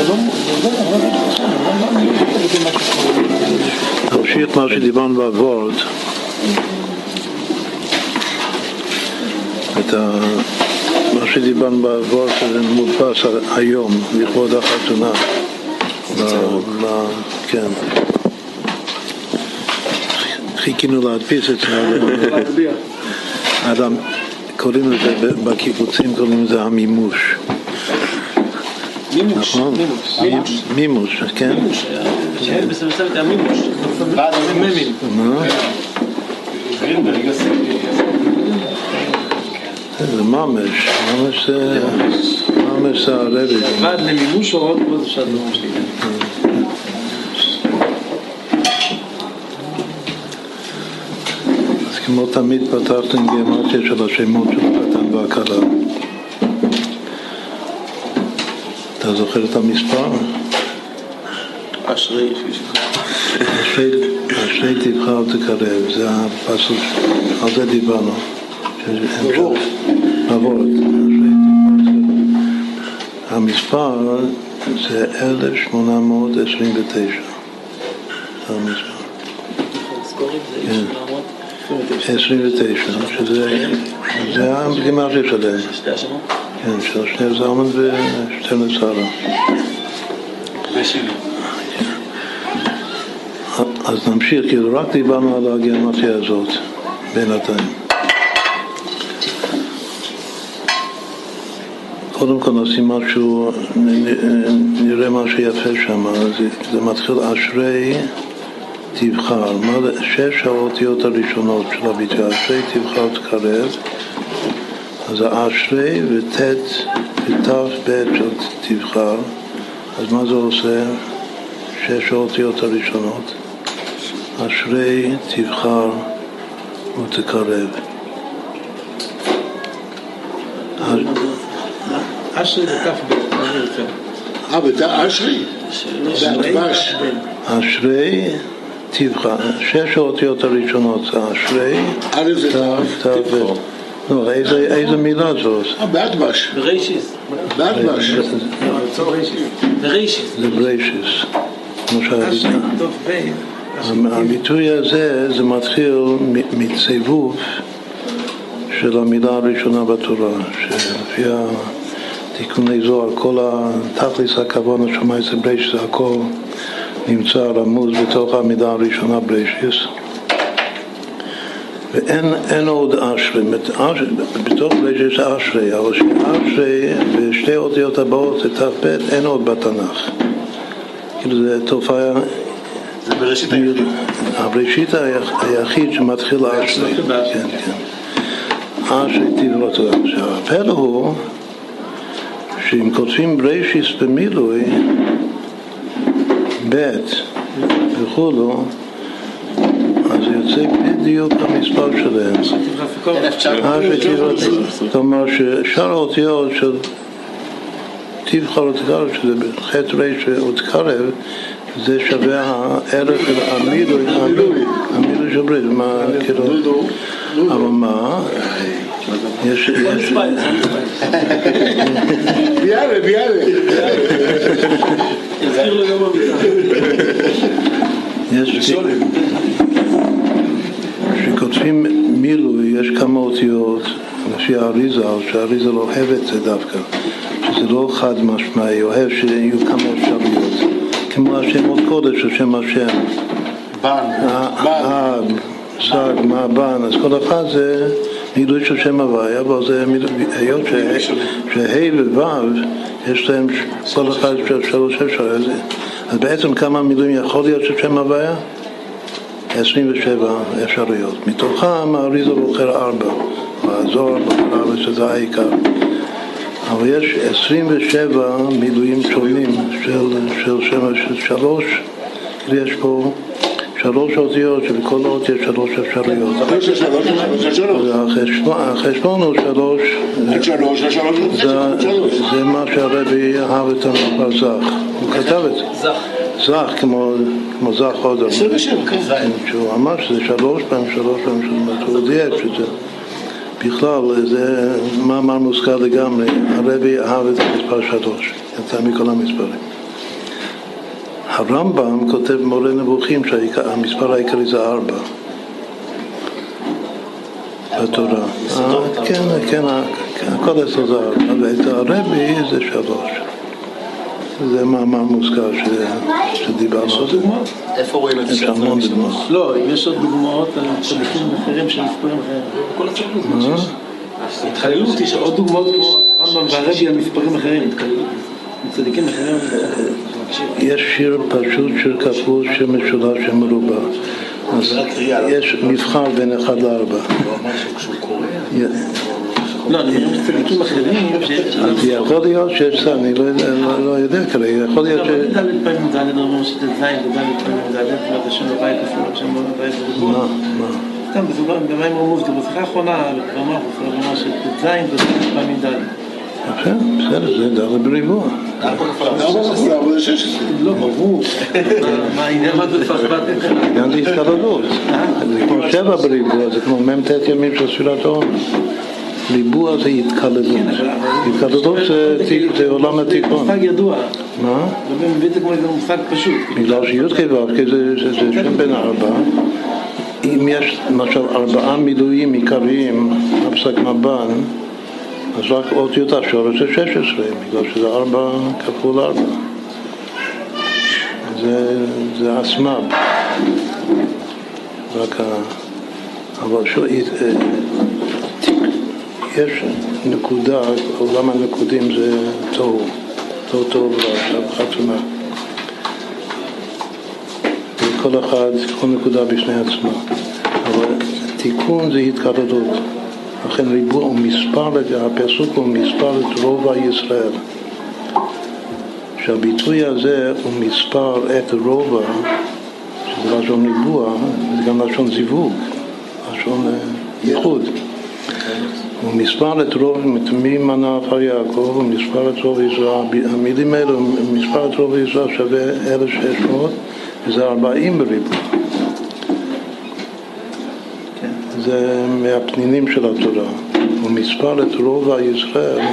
תמשיך מה שדיברנו בעבוד, מה שדיברנו בעבוד שזה מודפס היום לכבוד החתונה. כן, חיכינו להדפיס את זה. אדם, קוראים לזה בקיבוצים, קוראים לזה המימוש. מימוש, כן? כן, בסמסם את המימוש. בעד הממים. זה ממש זה הרבי. ועד למימוש או עוד פה זה שאת לא משליטה. אז כמו תמיד פתחת עם גימטריה של השמות של החתן והכלה. אתה זוכר את המספר? אשרי תבחר ותקרב, זה הפסוק, על זה דיברנו. עבוד. המספר זה 1829. זה המספר. 29, שזה הגימטריה שלהם. כן, של שני זלמן ושתי שרה. אז נמשיך, כאילו רק דיברנו על הגימטריה הזאת בינתיים. קודם כל נשים משהו, נראה משהו יפה שם. זה מתחיל אשרי תבחר. מה זה? 6 האותיות הראשונות של הביטוי. אשרי תבחר תקרב. אז האשרי ותת ותף בית של תבחר. אז מה זה עושה? 6 האותיות הראשונות. אשרי תבחר ותקרב. אשרי ותף בית. אשרי? אשרי תבחר. 6 האותיות הראשונות זה אשרי תף בית. לא, איזה מילה זאת? באדבש. בראשיס. באדבש. בראשיס. זה בריישיס. אשרי טוב בית. הביטוי הזה זה מתחיל מציבוב של המילה הראשונה בתורה, שלפי תיקוני זוהר, כל התכלס הכוונה שמע זה בריישיס, הכל נמצא רמוז בתוך המילה הראשונה בריישיס. ואין עוד אשרי, בתוך בריישיס אשרי, אבל שאשרי ושתי אותיות הבאות זה תף בית, אין עוד בתנ"ך. כאילו זה תופעה, זה בראשית היחיד. הבראשית היחיד שמתחיל אשרי. כן, כן. אשרי תבחר תקרב. הפלא הוא שאם כותבים בראשיס במילוי בית וכולו, אז יוצא בדיוק המספר שלהם. כלומר ששאר האותיות של תבחר ותקרב, שזה חטא ריש ותקרב, זה שווה הערך של המילוי של ברית. אבל מה? יש ביאללה. יזכיר לו גם כשכותבים מילוי יש כמה אותיות לפי האריזה, שהאריזה לא אוהב את זה דווקא, שזה לא חד משמעי, אוהב שיהיו כמה אפשרויות, כמו השמות קודש, השם השם אב, סג, מה, בן, אז כל אחד זה מילוי של שם הוויה, אבל זה היות שהי ווו יש להם כל אחד של 3 אפשרויות, אז בעצם כמה מילואים יכול להיות של שם הוויה? 27 אפשרויות. מתוכם האריזה בוחר 4, והזוהר בוחר 4 שזה העיקר. אבל יש 27 מילואים שונים של שם, של 3, יש פה 3 אותיות, שבכל אות יש 3 אפשרויות. החשבון הוא 3, זה מה שהרבי אהב את המספר זך. הוא כתב את זה. זך, כמו זך עוד. שהוא אמר שזה 3 פעמים, הוא דייק שזה. בכלל, זה מאמר מוזכר לגמרי. הרבי אהב את המספר 3, יצא מכל המספרים. הרמב"ם כותב מורה נבוכים שהמספר העיקרי זה 4 בתורה. כן, הכל אצלו זה 4, ואת הרבי זה 3. זה מאמר מוזכר שדיברנו על זה. איפה רואים את זה? יש המון דוגמאות. לא, יש עוד דוגמאות על צדיקים אחרים של מספרים אחרים. כל הצדיקים. התחללות, יש עוד דוגמאות כמו הרמב"ם והרבי על מספרים אחרים. התחללות. צדיקים אחרים. יש שיר פשוט, שיר כפול, שיר משולש, שיר מרובע. אז יש מבחר בין 1 ל-4. הוא אמר שכשהוא קורא. לא, אני אומר צדיקים אחרים. אז יכול להיות שיש, אני לא יודע כרגע, יכול להיות ש... ד' פעמים ד' אומרים שת' ז' וד' פעמים ד' ואת השם בבית אפילו, השם בבית בריבוע. מה? סתם, במים רמוז, בשיחה האחרונה, אמר שת' ז' וד' פעמים ד'. יפה, בסדר, זה ד' בריבוע. 4 כפול 16. לא, ברור. מה העניין מה זה פחבט? גם זה התקללות. זה כמו 7 בריבוע, זה כמו מ"ט ימים של ספירת העומר. ריבוע זה התקללות. התקללות זה עולם התיקון. מושג ידוע. מה? זה מביא את זה כמו איזה מושג פשוט. בגלל שי"ק ו"ק זה שם בין 4. אם יש למשל 4 מילואים עיקריים, הפסק מבן, אז רק אותיות השורש זה 16, בגלל שזה 4 כפול 4. זה אסמב. אבל יש נקודה, עולם הנקודים זה תוהו, תוהו חתונה. כל אחד, כל נקודה בפני עצמה. אבל תיקון זה התקללות. לכן ריבוע הוא מספר, הפסוק הוא מספר את רובע ישראל. שהביטוי הזה הוא מספר את רובע, שזה לשון ריבוע, זה גם לשון זיווג, לשון ייחוד. הוא מספר את רוב, ממנה אחר יעקב, הוא מספר את רוב ישראל. המילים האלו, מספר את רוב ישראל שווה 1,600, וזה 40 בריבוע. זה מהפנינים של התורה. הוא מספר את רוב ישראל,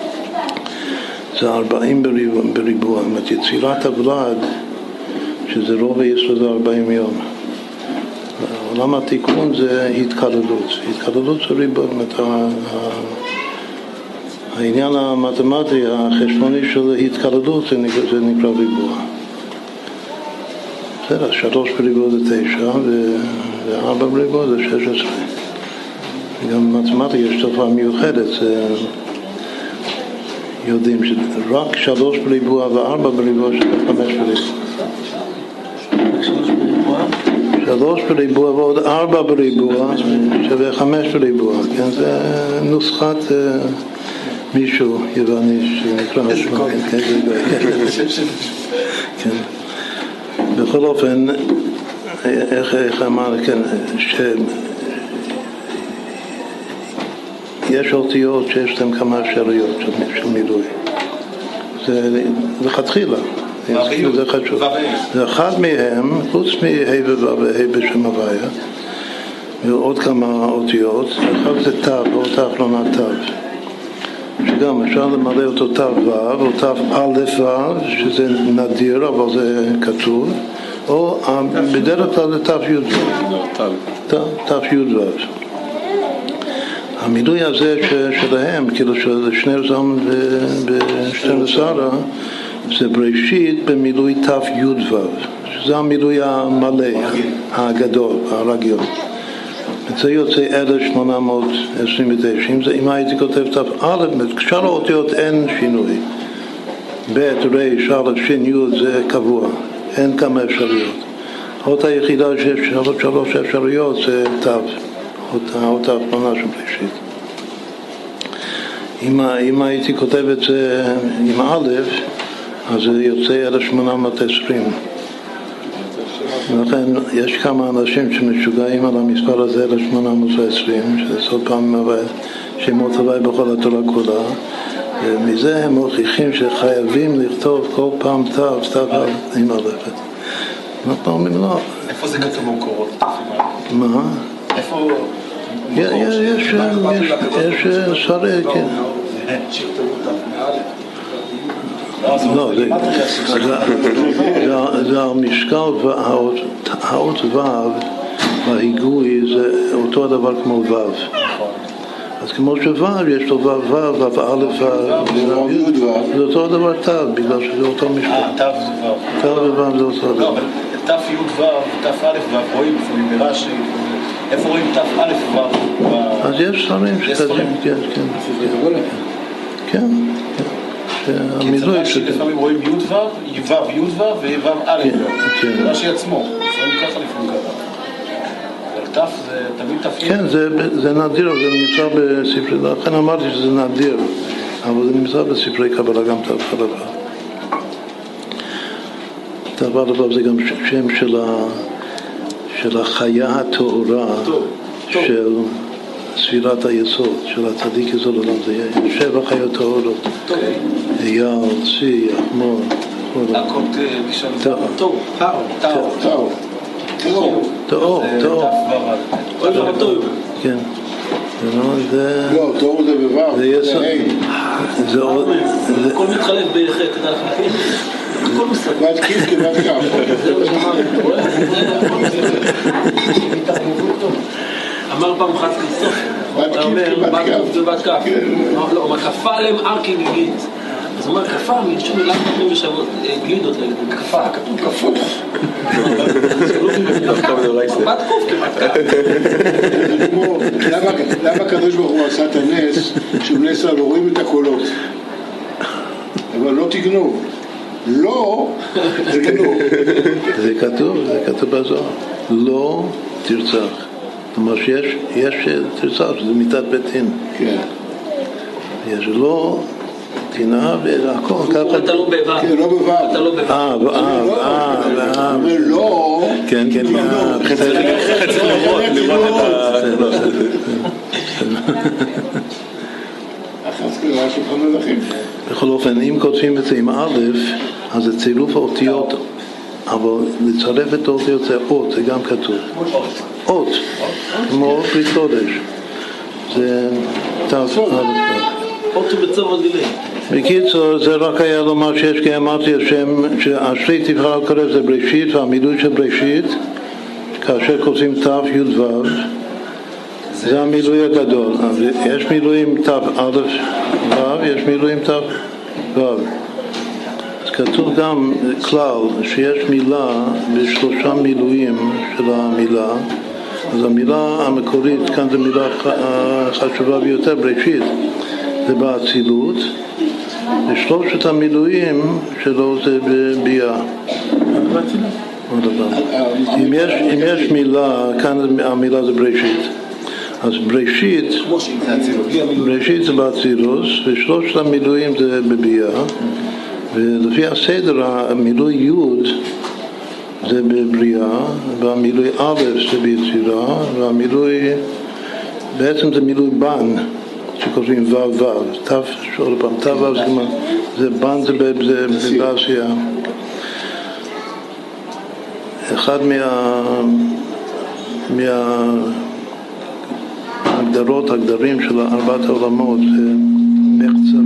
זה 40 בריבוע. זאת אומרת, יצירת הוולד, שזה רוב ישראל זה 40 יום. עולם התיקון זה התקללות. התקללות זה ריבוע. העניין המתמטי, החשבוני של התקללות זה נקרא ריבוע. בסדר, 3 בריבוע זה 9 ו4 בריבוע זה 16. גם במתמטיקה יש תופעה מיוחדת, יודעים שרק 3 בריבוע ו4 בריבוע שווה 5 בריבוע. 3 בריבוע ועוד 4 בריבוע שווה 5 בריבוע, כן? זה נוסחת מישהו יווני שנקרא שמה, כן. בכל אופן, איך אמר, כן, יש אותיות שיש להם כמה אפשרויות של מילוי. זה לכתחילה, זה חשוב. זה אחד מהם, חוץ מה' וו' וה' בשם הוויה, ועוד כמה אותיות, אחד זה תו, או תחלונה תו. שגם אפשר למלא אותו תו ו' או תו א' ו', שזה נדיר, אבל זה כתוב, או בדרך כלל זה תו י' ו'. תו י' ו'. המילוי הזה שלהם, כאילו של שני זמן ושתים שרה, זה בראשית במילוי תו י' ו', שזה המילוי המלא, הגדול, הרגיל. זה יוצא 1829. אם הייתי כותב תו א', כשאר האותיות אין שינוי. ב', ר', א', ש', י' זה קבוע, אין כמה אפשרויות. האות היחידה שיש 3 אפשרויות זה תו, האות האחרונה של בראשית. אם הייתי כותב את זה עם א', אז זה יוצא 1820. ולכן יש כמה אנשים שמשוגעים על המספר הזה 1820, שזה עוד פעם שמות הווי בכל התורה כולה, ומזה הם מוכיחים שחייבים לכתוב כל פעם תו עם הלכת. אנחנו אומרים לא. איפה זה כתוב במקורות? מה? איפה? יש שרי, כן. לא, זה המשקל, האות ו' בהיגוי זה אותו הדבר כמו ו'. אז כמו שו' יש לו ו' ו' א' זה אותו דבר ת', בגלל שזה אותו משקל. ת' זה ו'. ת' וו' זה אותו דבר. לא, אבל ת' י' ו', ת' א' ו' רואים לפעמים ברש"י, איפה רואים ת' א' ו'? אז יש ספרים שכתבים, כן. שהמילוי לפעמים רואים י' ו', י' ו' וו' א' ו'. רש"י עצמו, לפעמים ככה לפעמים ככה. אבל ת' זה תמיד ת' י'. כן, זה נדיר, זה נמצא בספרי, לכן אמרתי שזה נדיר, אבל זה נמצא בספרי קבלה גם ת' א' ו'. ת' א' ו' זה גם שם של החיה הטהורה של ספירת היסוד, של הצדיק יסוד עולם, זה 7 חיות טהורות. אייל, צי, יחמור, להקות בשביל טהור. כן. לא, טהור זה בו'. זה הכל מתחלף בחטא, הכל מסתכל. ועד כיף כבעד כף. זהו שאמרנו, אמר פעם חץ כסוף, אתה אומר, בת כף, לא, מקפה להם ארקי גיגית. אז הוא אומר, כפה, מלשון מילה כתוב בשבות גלידות, כפה, כתוב כפות. בת קוף כבת כף. למה הקדוש ברוך הוא עשה את הנס שבני ישראל רואים את הקולות? אבל לא תגנוב. לא, זה גנוב. זה כתוב בזוהר. לא תרצח. כלומר שיש תרצח, שזה מיתת בית דין. כן. יש לא תנאה והכל. אתה לא בבא. כן, לא בבא. אתה לא בבא. לא. כן. חצי לראות את בכל אופן, אם כותבים את זה עם א', אז זה צילוף האותיות, אבל לצרף את האותיות זה אות, זה גם כתוב. אות, כמו אות קודש. זה ת' א'. אות ובצור דילי. בקיצור, זה רק היה לומר שיש, כי אמרתי שהשליט תבחר על קרב זה בראשית, והמילוי של בראשית, כאשר כותבים ת' י' ו', זה המילוי הגדול. יש מילואים ת' א' ו', יש מילואים ת' ו'. אז כתוב גם כלל שיש מילה בשלושה מילואים של המילה. אז המילה המקורית, כאן זו מילה חשובה ביותר, בראשית, זה באצילות. ושלושת המילואים שלו זה בביאה. אם יש מילה, כאן המילה זה בראשית. אז בראשית זה באצילוס, ושלושת המילואים זה בביאה. ולפי הסדר, המילוי י' זה בבריאה, והמילוי א' זה ביצירה, והמילוי, בעצם זה מילוי בן, שקוראים ו' ו', ת', עוד פעם, ת' ו' זה בן, זה בעשייה. אחד הגדרים של ארבעת העולמות זה מחצב.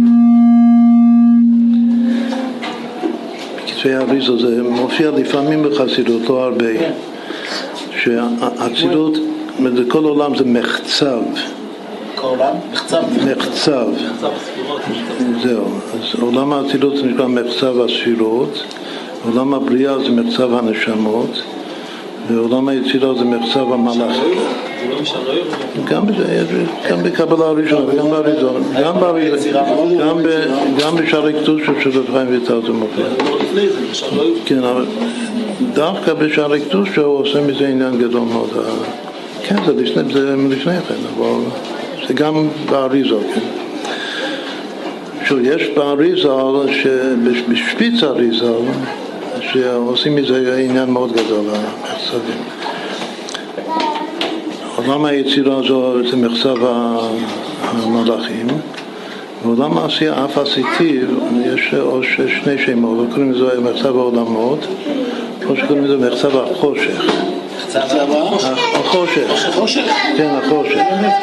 בכתבי האריז"ל זה מופיע לפעמים בחסידות, לא הרבה, שהאצילות, כל עולם זה מחצב. כל עולם? מחצב. זהו, אז עולם האצילות זה נקרא מחצב הספירות, עולם הבריאה זה מחצב הנשמות, ועולם היצירה זה מחצב המלאכים. גם בקבלה הראשונה, גם באריזון, גם בשערי קדושה של רב חיים ויטל זה מופיע. כן, אבל דווקא בשערי קדושה הוא עושה מזה עניין גדול מאוד. כן, זה לפני כן, אבל זה גם באריזון, כן. יש באריזון, בשפיץ האריזון, שעושים מזה עניין מאוד גדול, המחצבים. עולם היצירה זה מחצב המלאכים, ועולם העשייה, אף עשיתיו, יש שני שמות, קוראים לזה מחצב העולמות, או שקוראים לזה מחצב החושך. החושך. חושך? כן, החושך.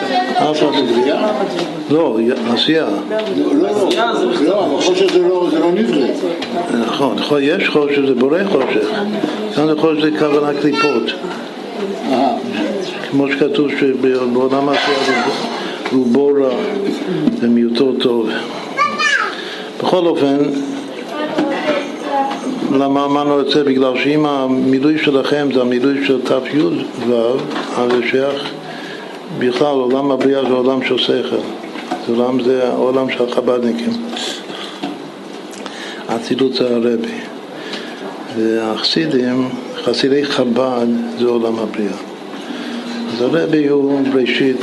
לא, עשייה. לא, אבל חושך זה לא נברא. נכון, יש חושך, זה בורא חושך. כאן חושך זה כוונה קליפות. כמו שכתוב שבעולם העשייה רובו רע ומיעוטו טוב. בכל אופן, למה אמרנו את זה? בגלל שאם המילוי שלכם זה המילוי של ת"י ו', אז זה שייך בכלל, עולם הבריאה זה עולם של שכל. זה העולם של החב"דניקים. האצילות זה הרבי. והחסידים, חסידי חב"ד זה עולם הבריאה. אז הרבי הוא בראשית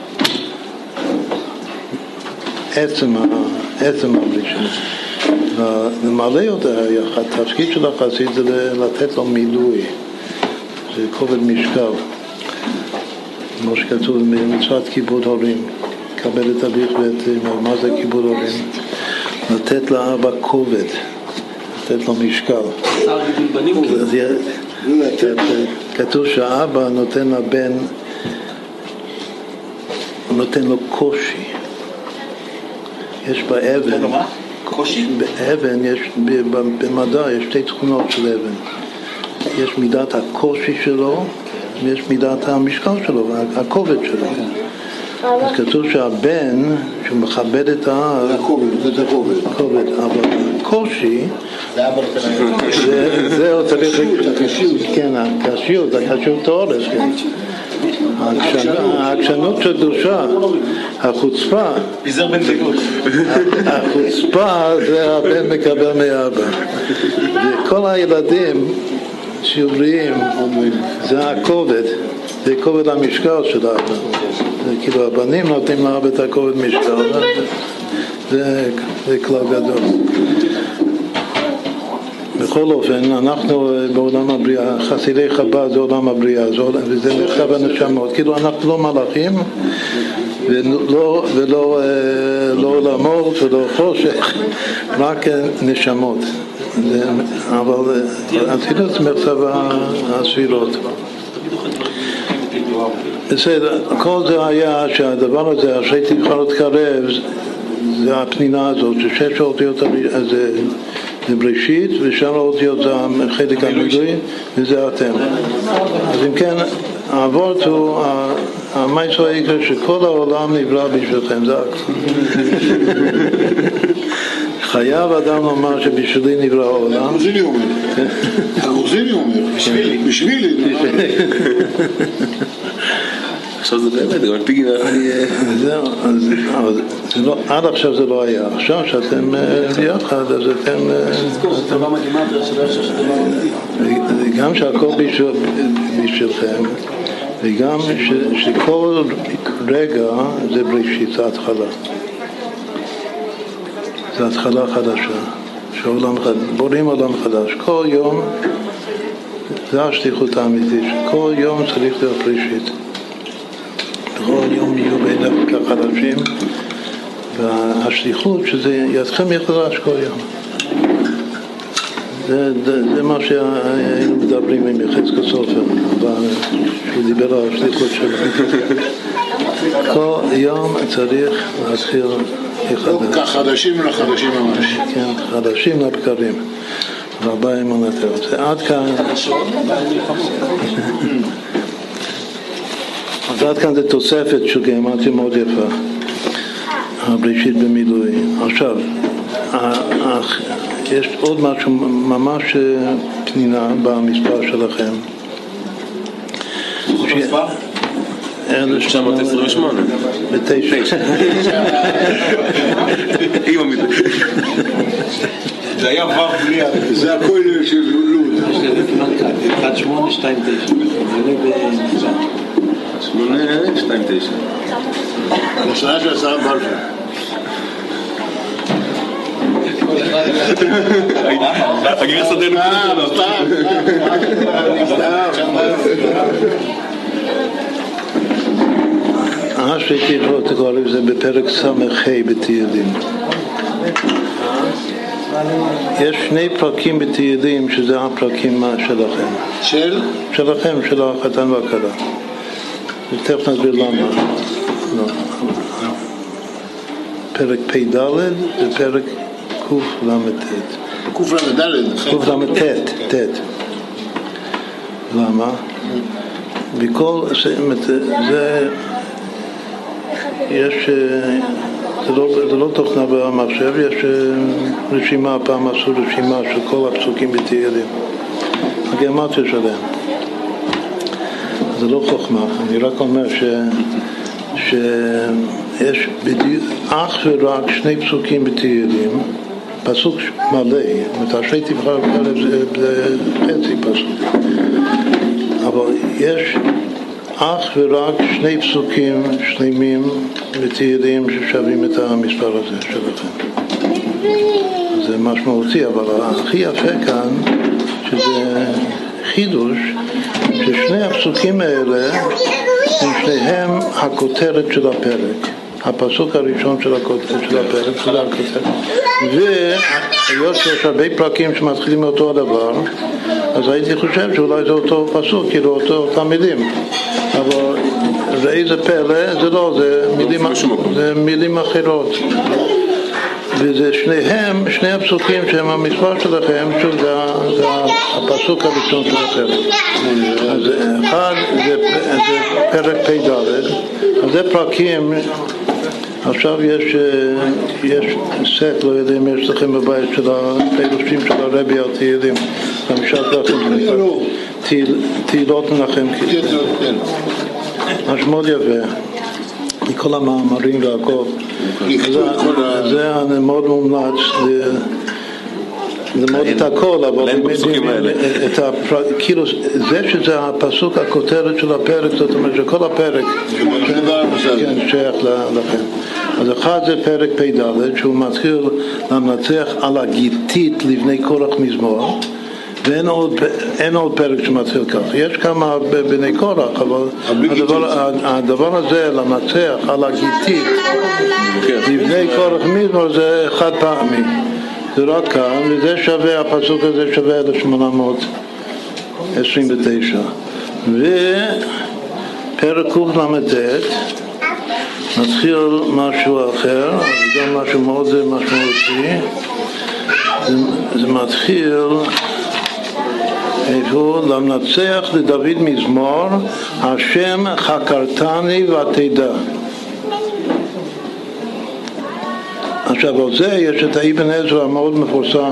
עצם הבראשית. למעלה יותר, התפקיד של החסיד זה לתת לו מילוי, זה כובד משקל, כמו שכתוב במצוות כיבוד הורים, קבל את אביך ואת אמך. מה זה כיבוד הורים? לתת לאבא כובד, לתת לו משקל. כתוב שהאבא נותן לבן, נותן לו קושי. יש באבן, באבן יש, במדע יש שתי תכונות של אבן. יש מידת הקושי שלו ויש מידת המשקל שלו, הכובד שלו. אז כתוב שהבן שמכבד את האב, זה כובד, אבל הקושי זה צריך, כן, הקשיות האורס, כן. העקשנות של קדושה, החוצפה, החוצפה זה הבן מקבל מאבא. וכל הילדים שיעוריים זה הכובד, זה כובד המשקל של האבא. כאילו הבנים נותנים לאבא את הכובד משקל, זה כלל גדול. בכל אופן, אנחנו בעולם הבריאה, חסידי חב"ד זה עולם הבריאה, וזה מרחב הנשמות. כאילו אנחנו לא מלאכים, ולא עולמות ולא חושך, רק נשמות. אבל אצילות זה מרחב הספירות. בסדר, כל זה היה שהדבר הזה, אחרי תבחר להתקרב, זה הפנינה הזאת, ששש האותיות זה בראשית, ושאר האותיות זה חלק המילוי, וזה אתם. אז אם כן, האבות הוא המייסר העיקר שכל העולם נברא בשבילכם, זה הכל. חייב אדם לומר שבשבילי נברא העולם. הגרוזיני אומר. הגרוזיני אומר. בשבילי. עכשיו זה באמת, גם על פי גינה. זהו, עד עכשיו זה לא היה. עכשיו שאתם ביחד, אז אתם... גם שהכל בשבילכם, וגם שכל רגע זה בראשית, זה התחלה. זה התחלה חדשה, בונים עולם חדש. כל יום, זה השליחות האמיתית, שכל יום צריך להיות בראשית. כל יום יהיו בעיניך חדשים, והשליחות שזה יתחיל מחדש כל יום. זה מה שהיינו מדברים עם יחזקאל סופר, שהוא דיבר על השליחות שלו. כל יום צריך להתחיל מחדש. חדשים לחדשים ממש. כן, חדשים לבקרים. והבאים הנתרות. זה עד כאן. אז עד כאן זה תוספת של גאמטיה מאוד יפה. הבראשית במילוי. עכשיו, יש עוד משהו ממש פנינה במספר שלכם. 1928. ב9. זה היה ו' בלי זה הכל של לוד. 1829. 829. בשנה של עשרה בלפור. הגיר סדנו שהייתי יכול לקרוא לזה בפרק ס"ה בתהילים. יש שני פרקים בתהילים שזה הפרקים שלכם. שלכם, של החתן והכלה. תכף נסביר למה. פרק פ"ד ופרק קל"ט. קל"ט. למה? בכל, זה יש, זה לא תוכנה במחשב, יש רשימה, פעם עשו רשימה של כל הפסוקים בתהילים. הגרמטיה שלהם. זה לא חוכמה, אני רק אומר שיש בדיוק אך ורק שני פסוקים בתהילים, פסוק מלא, מתעשרי תבחר זה חצי פסוק, אבל יש אך ורק שני פסוקים שלמים בתהילים ששווים את המספר הזה שלכם. זה משמעותי, אבל הכי יפה כאן שזה חידוש ששני הפסוקים האלה הם שניהם הכותרת של הפרק, הפסוק הראשון של הפרק, שזה הכותרת. והיות שיש הרבה פרקים שמתחילים מאותו הדבר, אז הייתי חושב שאולי זה אותו פסוק, כאילו אותם מילים. אבל ואיזה פלא, זה לא, זה מילים אחרות. וזה שניהם, שני הפסוקים שהם המספר שלכם, שוב זה הפסוק הראשון של הפרק. אז אחד זה פרק פ"ד, אז זה פרקים, עכשיו יש סט, לא יודע אם יש לכם בבית של הפילוסים של הרבי על תהילים, 5 פרקים, תהילות מנחם, ממש מאוד יפה. מכל המאמרים והכל. זה מאוד מומלץ, זה מאוד את הכל, אבל כאילו זה שזה הפסוק הכותרת של הפרק, זאת אומרת שכל הפרק שייך לכם. אז אחד זה פרק פ"ד, שהוא מתחיל למנצח על הגיתית לבני קורח מזמור, ואין עוד פרק שמתחיל כך. יש כמה בני קורח, אבל הדבר הזה, לנצח על הגיתית לבני קורח מזמור, זה חד פעמי. זה רק כאן, וזה שווה, הפסוק הזה שווה 1829. ופרק קל"ט מתחיל משהו אחר, גם משהו מאוד משמעותי. זה מתחיל איפה? למנצח לדוד מזמור, השם חקרתני ותדע. עכשיו על זה יש את האבן עזרא המאוד מפורסם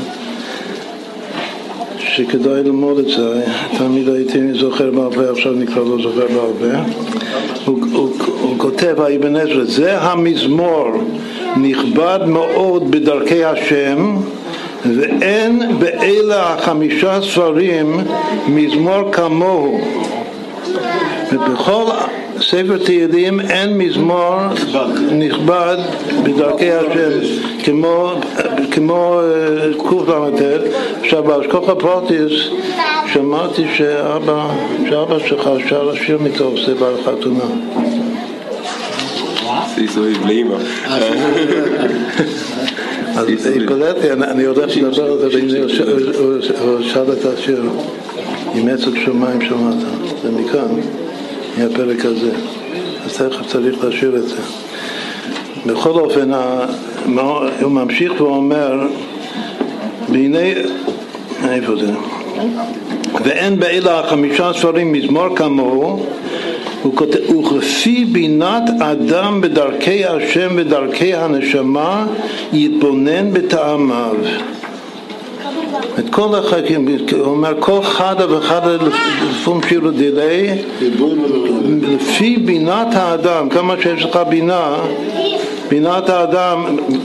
שכדאי ללמוד את זה, תמיד הייתי זוכר בעל, עכשיו נקרא לא זוכר בעל. הוא כותב האבן עזרא, זה המזמור נכבד מאוד בדרכי השם, ואין באלה 5 ספרים מזמור כמוהו. ובכל ספר תהילים אין מזמור נכבד בדרכי השם כמו קל"ט. עכשיו בהשגחה פרטיס שמעתי שאבא שלך שר השיר מתוך זה בחתונה. סיסוי לאמא. אז קולטתי, אני הולך לדבר על זה, הוא שאל את השיר עם עצת שמיים שמעת, זה מכאן, מהפרק הזה, אז תכף צריך להשאיר את זה. בכל אופן, הוא ממשיך ואומר, והנה, איפה זה? ואין באלה 5 ספרים מזמור כמוהו, וכפי בינת אדם בדרכי השם ודרכי הנשמה יתבונן בטעמיו. את כל החיים, הוא אומר כל חדה וחדה לפום שירו דילי, לפי בינת האדם, כמה שיש לך בינת האדם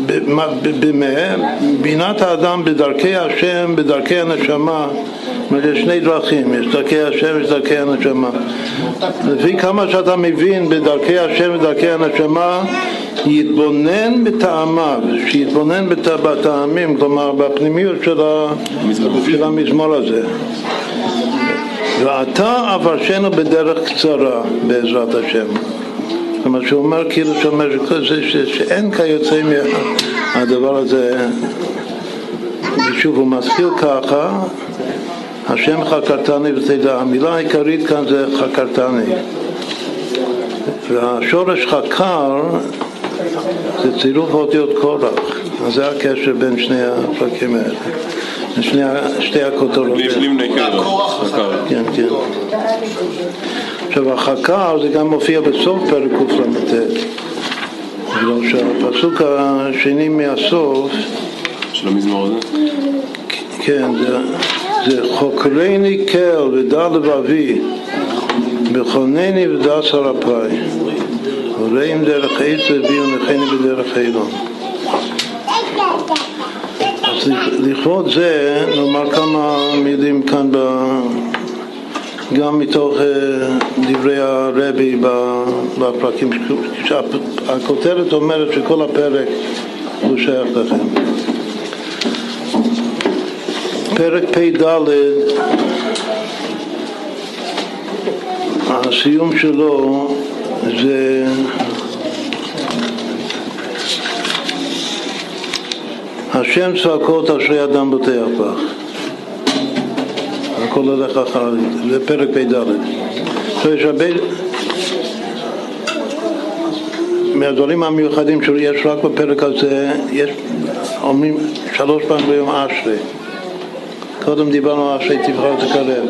בינת האדם בדרכי השם, בדרכי הנשמה. יש שני דרכים, יש דרכי השם, יש דרכי הנשמה. לפי כמה שאתה מבין בדרכי השם ודרכי הנשמה, יתבונן בטעמיו, שיתבונן בטעמים, כלומר בפנימיות של המזמור הזה. ואתה אברשנו בדרך קצרה בעזרת השם. זאת אומרת שהוא אומר כאילו שאומר שאין כיוצא מהדבר הזה ושוב, הוא מתחיל ככה, השם חקרתני ותדע. המילה העיקרית כאן זה חקרתני. והשורש חקר זה צירוף אותיות קורח. אז זה הקשר בין שני הפרקים האלה. שתי הכותרות. כן, כן. עכשיו, החקר זה גם מופיע בסוף פרק קל"ט. בגלל שהפסוק השני מהסוף של המזמור הזה? כן, זה חוקרני כל ודע לבבי בכונני ודע שרפי וראים דרך עץ לבי ונחני בדרך אילון. אז לכבוד זה נאמר כמה מילים כאן גם מתוך דברי הרבי בפרקים. הכותרת אומרת שכל הפרק הוא שייך לכם. פרק פ"ד, הסיום שלו זה השם צעקות אשרי אדם בוטח בך. הכל הולך אחרי, זה פרק פ"ד. יש הרבה מהדברים המיוחדים שיש רק בפרק הזה, יש אומרים 3 פעמים ביום אשרי. קודם דיברנו על אשרי תבחר תקרב.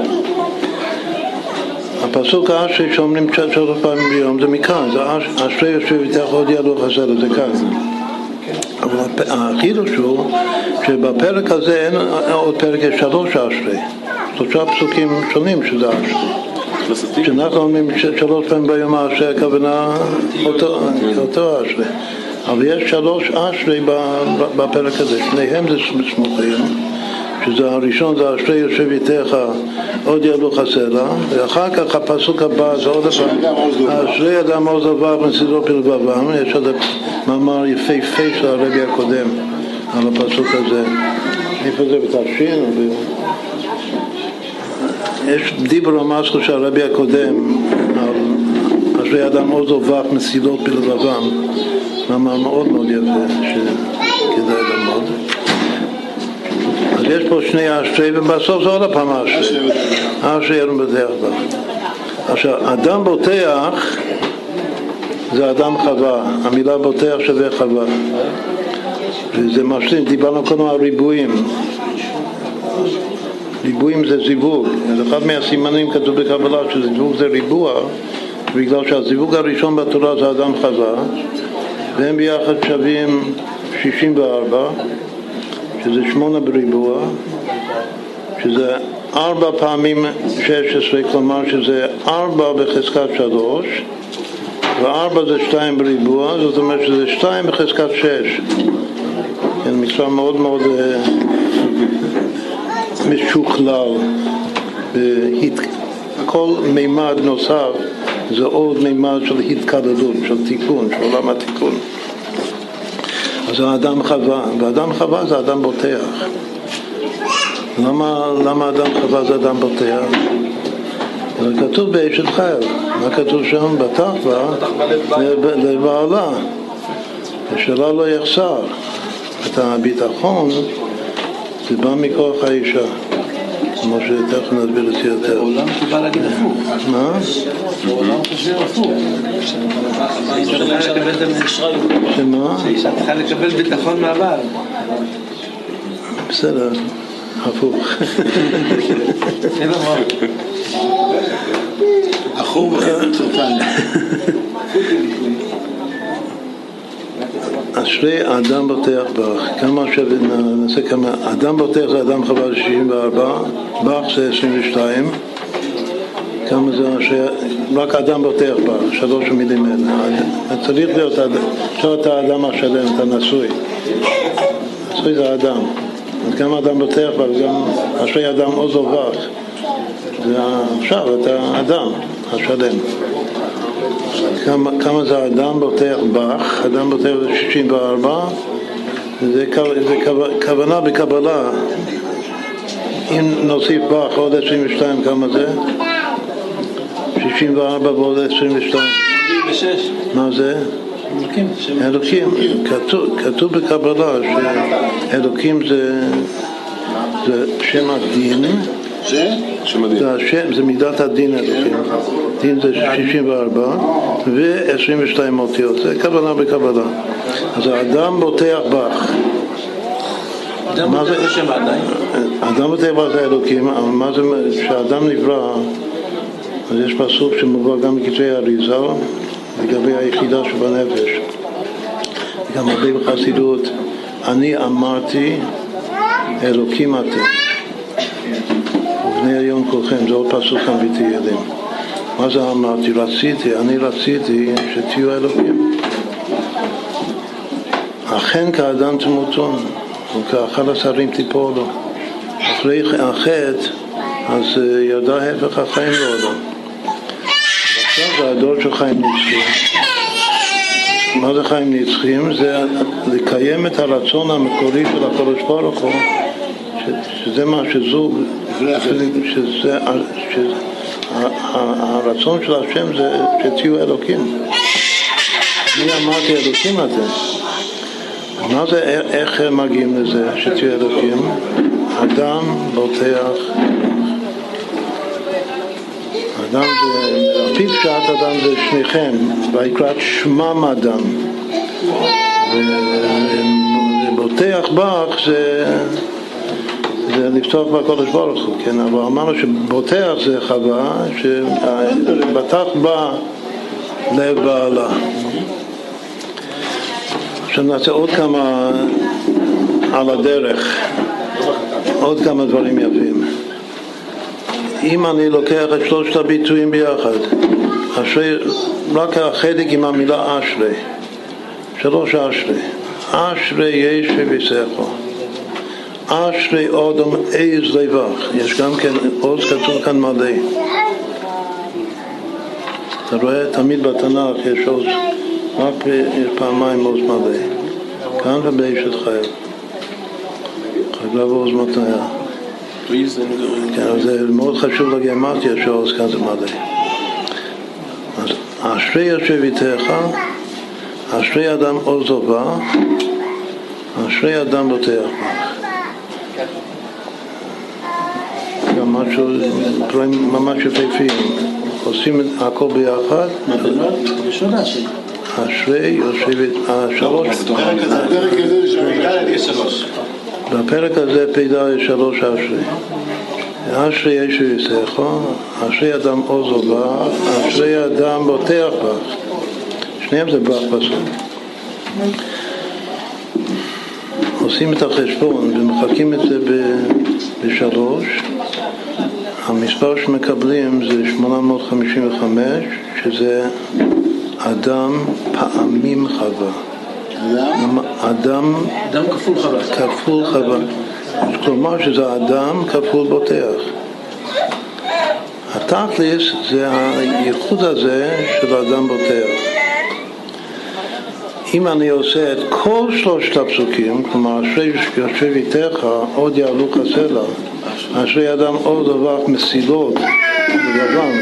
הפסוק האשרי שאומרים 3 פעמים ביום זה מכאן, זה אשרי יושב איתך עוד יד לא חסר, זה כאן. אבל החידוש הוא שבפרק הזה אין עוד פרק, יש 3 אשרי. 3 פסוקים שונים שזה אשרי. כשאנחנו אומרים 3 פעמים ביום אשרי, הכוונה אותו אשרי. אבל יש 3 אשרי בפרק הזה, שניהם זה סמוכים. שזה הראשון זה אשרי יושב איתך עוד יד לא חסר לה, ואחר כך הפסוק הבא זה עוד פעם אשרי אדם עוז לבב מסידו בלבבם. יש עוד מאמר יפהפה של הרבי הקודם על הפסוק הזה. איפה זה בתרשין? יש דיבר המסחר של הרבי הקודם על אשרי אדם עוז לבב מסידו בלבבם, מאמר מאוד מאוד יפה שכדאי ללמוד. אז יש פה 2 אשרי, ובסוף זה עוד פעם אשרי. אשרי אדם בוטח בך. עכשיו, אדם בוטח זה אדם חווה. המילה בוטח שווה חווה. וזה משלים, דיברנו קודם על ריבועים. ריבועים זה זיווג. אחד מהסימנים כתוב בקבלה שזיווג זה ריבוע, בגלל שהזיווג הראשון בתורה זה אדם חווה, והם ביחד שווים 64, שזה 8 בריבוע, שזה 4 פעמים 16, כלומר שזה 4 בחזקת 3, ו4 זה 2 בריבוע, זאת אומרת שזה 2 בחזקת 6. כן, מספר מאוד מאוד משוכלל. כל מימד נוסף זה עוד מימד של התקדדות, של תיקון, של עולם התיקון. אז האדם חווה, ואדם חווה זה אדם בוטח. למה אדם חווה זה אדם בוטח? זה כתוב באשת חייל. מה כתוב שם? בטח בה לבעלה, ושלה לא יחסר. את הביטחון זה בא מכוח האישה, כמו שתכף נסביר את זה יותר. בעולם שבא להגיד הפוך. מה? בעולם חושב הפוך. שמה? שאישה צריכה לקבל ביטחון מהבעל. בסדר, הפוך. אין לו מה. אחור וחבר צורפן. אשרי אדם בוטח בך. כמה נעשה כמה. אדם בוטח זה אדם חווה 64, בך זה 22. כמה זה רק אדם בוטח בך, 3 מילים האלה. צריך להיות, עכשיו אתה האדם השלם, אתה נשוי. נשוי זה אדם. אז גם אדם בוטח בך, גם אשרי אדם עוז לבך. זה עכשיו אתה אדם השלם. כמה זה אדם בוטח בך, אדם בוטח זה 64, זה כוונה בקבלה. אם נוסיף בך עוד 22, כמה זה? 64 ועוד 22. 46. מה זה? אלוקים. אלוקים. כתוב בקבלה שאלוקים זה שם הדין. זה מידת הדין אלוקים. דין זה 64 ו-22 אותיות. זה כוונה בקבלה. אז האדם בוטח בך. אדם זה שם עדיין? אדם בוטח בך זה אלוקים. אבל מה זה, כשאדם נברא, אז יש פסוק שמובא גם בכתבי האריזה לגבי היחידה שבנפש. גם הרבה בחסידות, אני אמרתי אלוקים אתם. ובני היום כולכם, זה עוד פסוק כאן בתהילים. מה זה אמרתי? אני רציתי שתהיו אלוקים. אכן כאדם תמותון, וכאחד השרים תיפולו. אחרי החטא, אז ירדה הפך החיים לעולם. עכשיו זה הדור של חיים נצחים. מה זה חיים נצחים? זה לקיים את הרצון המקורי של הקדוש ברוך הוא, שזה מה שזוג, שזה הרצון של השם זה שתהיו אלוקים. אני אמרתי אלוקים אתם. מה זה, איך מגיעים לזה שתהיו אלוקים? אדם בוטח. אדם זה, לפי פשט אדם זה שניכם, ויקראת שמם אדם. ובוטח בך זה לפתוח בקודש ברוך הוא, כן? אבל אמרנו שבוטח זה חווה, שבטח בה לב בעלה. עכשיו נעשה עוד כמה על הדרך, עוד כמה דברים יפים. אם אני לוקח את שלושת הביטויים ביחד, רק החלק עם המילה אשרי, 3 אשרי. אשרי יש וביסכו. אשרי אדם עז לבך. יש גם כן עוז כתוב כאן מלא. אתה רואה תמיד בתנ"ך יש עוז, רק יש פעמיים עוז מלא. כאן ובאשת חייל. חגלה ועוז מתניה. כן, אז זה מאוד חשוב לגימטריה שעוז כאן זה מלא. אז אשרי יושב איתך, אשרי אדם עוז ובך, אשרי אדם בוטח בך. גם משהו, דברים ממש יפהפיים. עושים הכל ביחד. אשרי יושב, 3. בפרק הזה פ"ד יש 3 אשרי. אשרי יש ויסכו, אשרי אדם עוז ובך, אשרי אדם בוטח בך. שניהם זה בך פסוק. עושים את החשבון ומחלקים את זה ב3. המספר שמקבלים זה 855, שזה אדם פעמים חווה. אדם כפול חווה. כלומר שזה אדם כפול בוטח. התכלס זה הייחוד הזה של אדם בוטח. אם אני עושה את כל 3 הפסוקים, כלומר אשרי יושב איתך עוד יעלו חסלה, אשרי אדם עוד ובך מסילות בלבן,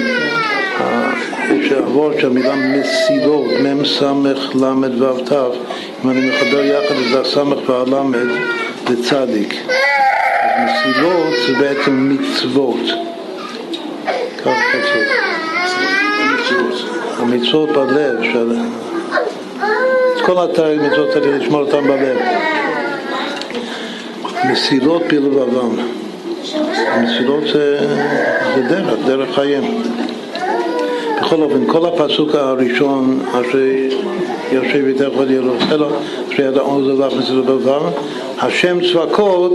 שעבור שהמילה מסילות, מם סמך למד וו תו, אם אני מחבר יחד את הסמך והלמד זה צדיק. מסילות זה בעצם מצוות, כך חצות, המצוות בלב, כל התרג מצוות צריך לשמור אותם בלב. מסילות בלבבם. המסילות זה דרך חיים. בכל אופן, כל הפסוק הראשון, אשרי יושב איתך עוד יעלו חסלה, אשרי אדם עוז ובך מסילות בלבבם, השם צבקות,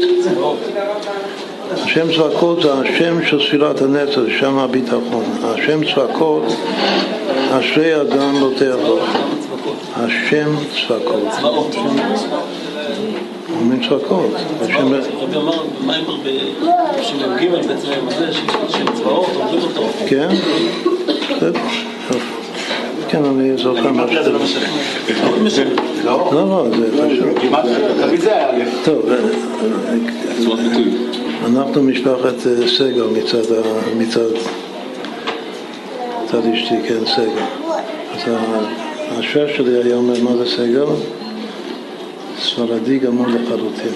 השם צבקות זה השם של ספירת הנצח, זה שם הביטחון. השם צבקות, אשרי אדם בוטח בך. השם צבקות. אומרים צבקות. רבי אמר, מה אמר בשלם ג' בעצם הזה, שם צבאות, אומרים אותו. כן? כן, אני זוכר מה זה לא משנה. לא, זה פשוט. תמיד זה היה אלף. טוב, אנחנו משפחת סגל מצד אשתי, כן, סגל. אז השף שלי היה אומר, מה זה סגל? ספרדי גמור לחלוטין.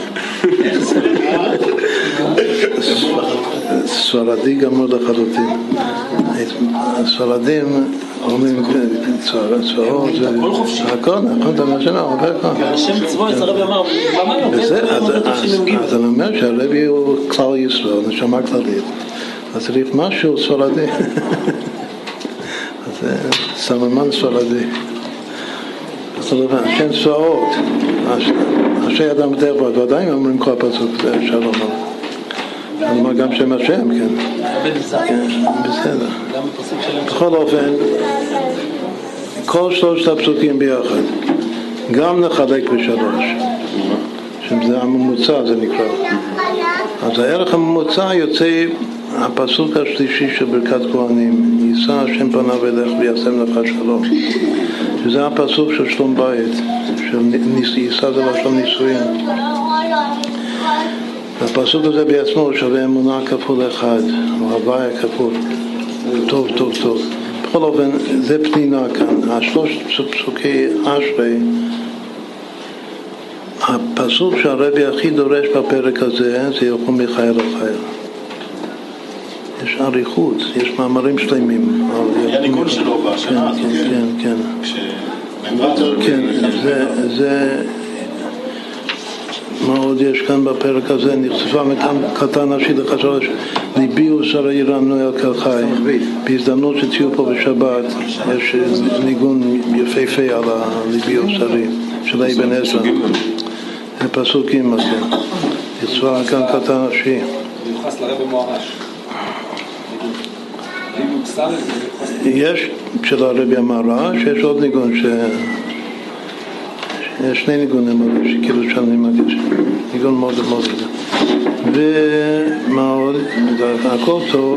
ספרדי גמור לחלוטין. הספרדים אומרים צבאות, הכל, נכון, אתה אומר שלא, עובר כאן. השם צבאות, הרבי אמר, אז אני אומר שהרבי הוא כלל ישראל, נשמה כללית. אז צריך משהו ספרדי. אז סממן ספרדי. השם צבאות, אשרי אדם בדרך בו, ועדיין אומרים כל הפסוק, זה שלום. אני אומר גם שם השם, כן. בסדר. בכל אופן, כל שלושת הפסוקים ביחד, גם נחלק בשלוש, שזה הממוצע, זה נקרא. אז הערך הממוצע יוצא הפסוק השלישי של ברכת כהנים, יישא השם פניו אליך וישם לך שלום, שזה הפסוק של שלום בית, יישא זה לשון נישואין. הפסוק הזה בעצמו שווה אמונה כפול אחד, או הוויה כפול, טוב, טוב, טוב. בכל אופן, זה פנינה כאן. השלושת פסוקי אשרי, הפסוק שהרבי הכי דורש בפרק הזה, זה ילכו מחיל לחיל. יש אריכות, יש מאמרים שלמים. היה ניגון שלו בשנה הזאת. כן, כן. זה מה עוד יש כאן בפרק הזה? נחשפה קטן נשי לחשש ליבי ושרי ירמנו אל כל חי. בהזדמנות שתהיו פה בשבת יש ניגון יפהפה על ליבי ושרי של אבן עזרא. זה פסוקים, כן. נחשפה כאן קטן נשי. מיוחס לרבי מוהר"ש. יש של הרבי המוהר"ש, יש עוד ניגון יש שני ניגונים שכאילו שאני מגיש, ניגון מאוד מאוד גדול. ומה עוד? הכל טוב.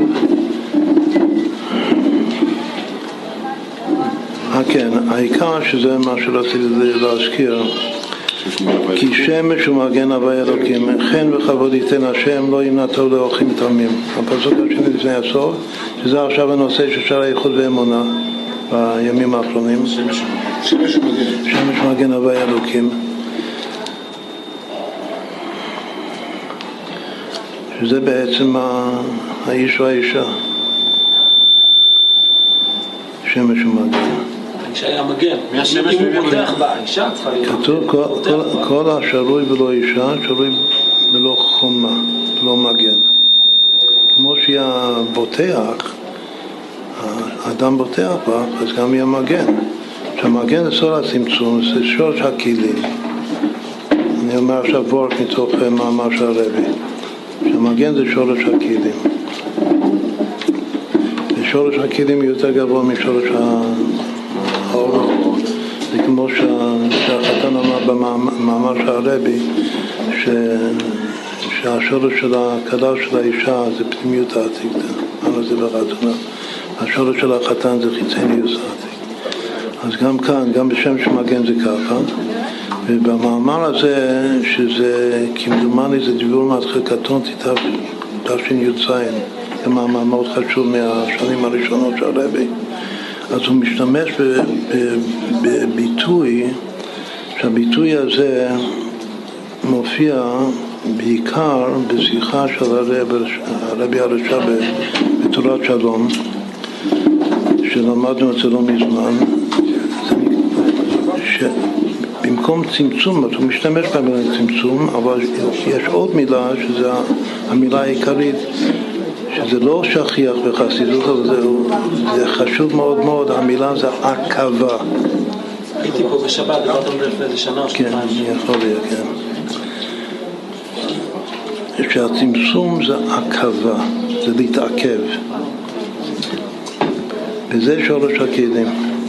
כן, העיקר שזה מה שרציתי להזכיר, כי שמש ומגן הווי אלוקים, חן וכבוד ייתן השם, לא ימנע טוב לאורחים תמים. הפסוק השני לפני הסוף, שזה עכשיו הנושא של שער הייחוד ואמונה בימים האחרונים. שמש מגן הווי אלוקים, שזה בעצם האיש והאישה. שמש ומגן. האישה היה מגן. מהשמש אם הוא פותח באישה צריכה להיות. כתוב כל השרוי בלא אישה, שרוי בלא חומה, בלא מגן. כמו שהיה בוטח, האדם בוטח בה, אז גם יהיה מגן. שהמגן זה סור הצמצום, זה שורש הכלים. אני אומר עכשיו וורק מתוך מאמר של הרבי. שהמגן זה שורש הכלים. ושורש הכלים יותר גבוה משורש האור. זה כמו שהחתן אמר במאמר של הרבי, שהשורש של הכלה של האישה זה פנימיות העתיק. אמרנו זה בחתונה. השורש של החתן זה חיצוניות העתיק. אז גם כאן, גם בשם שמגן זה ככה, ובמאמר הזה, שזה כמדומני, זה דיבור מתחיל קטונתי תשי"ז, זה מאמר מאוד חשוב מהשנים הראשונות של הרבי, אז הוא משתמש בביטוי, שהביטוי הזה מופיע בעיקר בשיחה של הרבי הרשע בתורת שלום, שלמדנו את זה לא מזמן, שבמקום צמצום, הוא משתמש במילה צמצום, אבל יש עוד מילה, שזו המילה העיקרית, שזה לא שכיח בחסידות, אבל זה חשוב מאוד מאוד, המילה זה עקבה. הייתי פה בשבת, דיברתם לפני שנה או שנתיים. כן, יכול להיות, כן. שהצמצום זה עקבה, זה להתעכב. וזה שורש הכלים.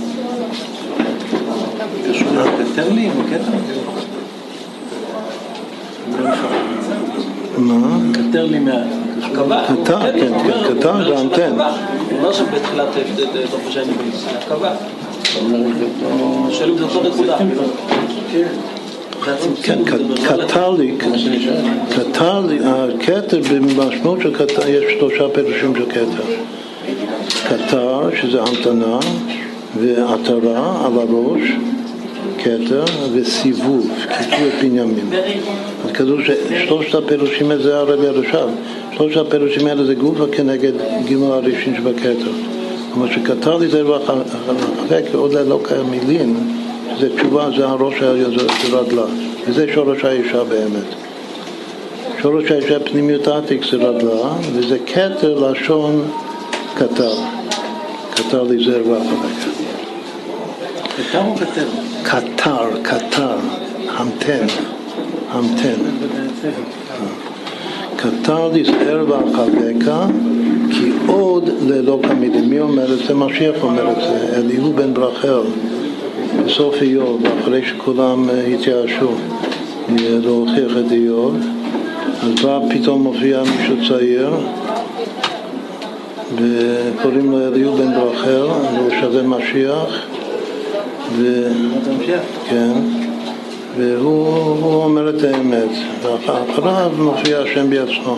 כתר לי או קטע? מה? כתר לי מהקבה. כתר, כן, כתר זה אנטן. הוא אומר שם בתחילת תוך השני הקבה. שאלו את אותו נקודה. כן, כתר לי, הכתר במשמעות של כתר, יש שלושה פירושים של כתר. כתר, שזה המתנה, ועטרה על הראש, כתר וסיבוב, קיצור את בנימין. אז כזו ששלושת הפירושים האלה זה הרבי הרש"ב. שלושת הפירושים האלה זה גופה כנגד גימל הראשון שבכתר. אבל שכתר לי זה רחק ועוד לא קיים מילים, שזה תשובה, זה הראש זה רדלה. וזה שורש האישה באמת. שורש האישה פנימיות עתיק זה רדלה, וזה כתר לשון כתר. כתר לי זה רחק. כתר או כתר? כתר, המתן. כתר לזהר ואחבקה כי עוד ללא כמילים. מי אומר את זה? משיח אומר את זה. אליהו בן ברחל בסוף איוב, אחרי שכולם התייאשו להוכיח את איוב, אז בא פתאום מופיע מישהו צעיר וקוראים לו אליהו בן ברחל, והוא שווה משיח כן, והוא אומר את האמת, ואחריו מופיע השם בעצמו.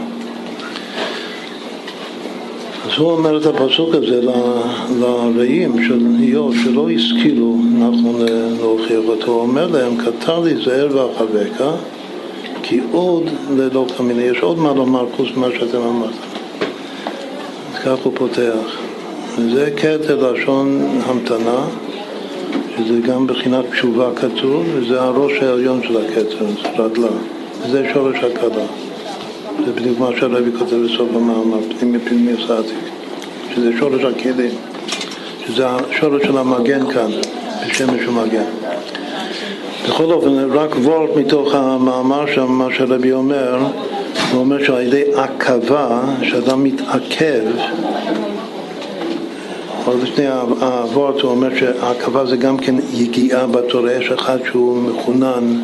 אז הוא אומר את הפסוק הזה לרעים של איוב שלא השכילו נכון להוכיח אותו. הוא אומר להם, כתר לי זהר ואחבקה כי עוד ללא כמילים. יש עוד מה לומר חוץ ממה שאתם אמרתם. אז כך הוא פותח. וזה כתר לשון המתנה, שזה גם בחינת תשובה כתוב, וזה הראש העליון של הכתר, זה רדלה. וזה שורש הכלה. זה בדיוק מה שהרבי כותב בסוף המאמר, פנימי עתיק, שזה שורש הכלים, שזה השורש של המגן כאן, בשמש ומגן. בכל אופן, רק וורט מתוך המאמר שם, מה שהרבי אומר, הוא אומר שעל ידי עכבה, שאדם מתעכב, עוד לפני הוורט הוא אומר שהעכבה זה גם כן יגיעה בתורה, יש אחד שהוא מכונן,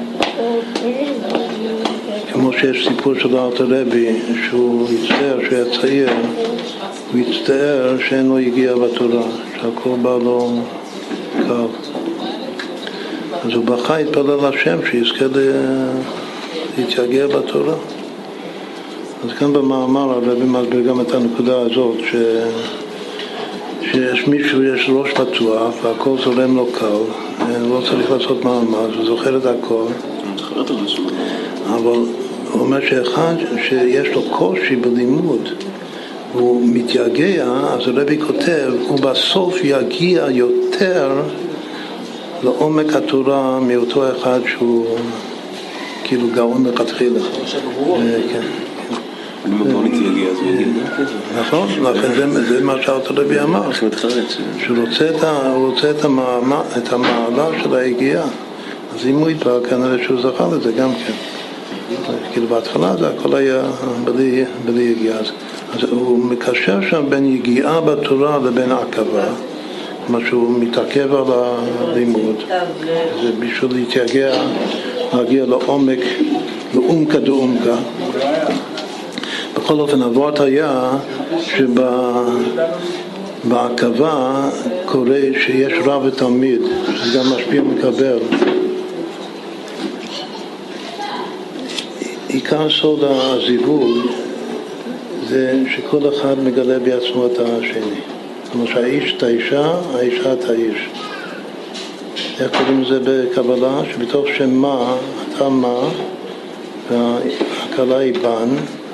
כמו שיש סיפור של אלתר רבי, שהוא הצטער, שהוא היה צעיר, הוא הצטער שאין לו יגיעה בתורה, שהכל בא לו קל. אז הוא בכה, התפלל לשם שיזכה להתייגע בתורה. אז כאן במאמר הרבי מסביר גם את הנקודה הזאת, שיש מישהו, יש ראש פתוח, והכל זורם לו קל, לא צריך לעשות מאמץ, הוא זוכר את הכל. אבל הוא אומר שאחד שיש לו קושי בלימוד, והוא מתייגע, אז הרבי כותב, הוא בסוף יגיע יותר לעומק התורה מאותו אחד שהוא כאילו גאון לכתחילה. בוא נתייגע, אז הוא יגיע. נכון, לכן זה מה שאלתר רבי אמר, שהוא רוצה את המעלה של היגיעה. אז אם הוא יתבע, כנראה שהוא זכה לזה גם כן. כאילו בהתחלה זה הכל היה בלי יגיעה. אז הוא מקשר שם בין יגיעה בתורה לבין עכבה, מה שהוא מתעכב על הלימוד. זה בשביל להתייגע, להגיע לעומק, לעומקה דעומקה. בכל אופן, הוורט היה שבעכבה קורה שיש רב ותלמיד, שזה גם משפיע ומקבל. עיקר סוד הזיווג זה שכל אחד מגלה בעצמו את השני. כמו שהאיש את האישה, האישה את האיש. איך קוראים לזה בקבלה? שבתוך שם מה, אתה מה, והכלה היא בן,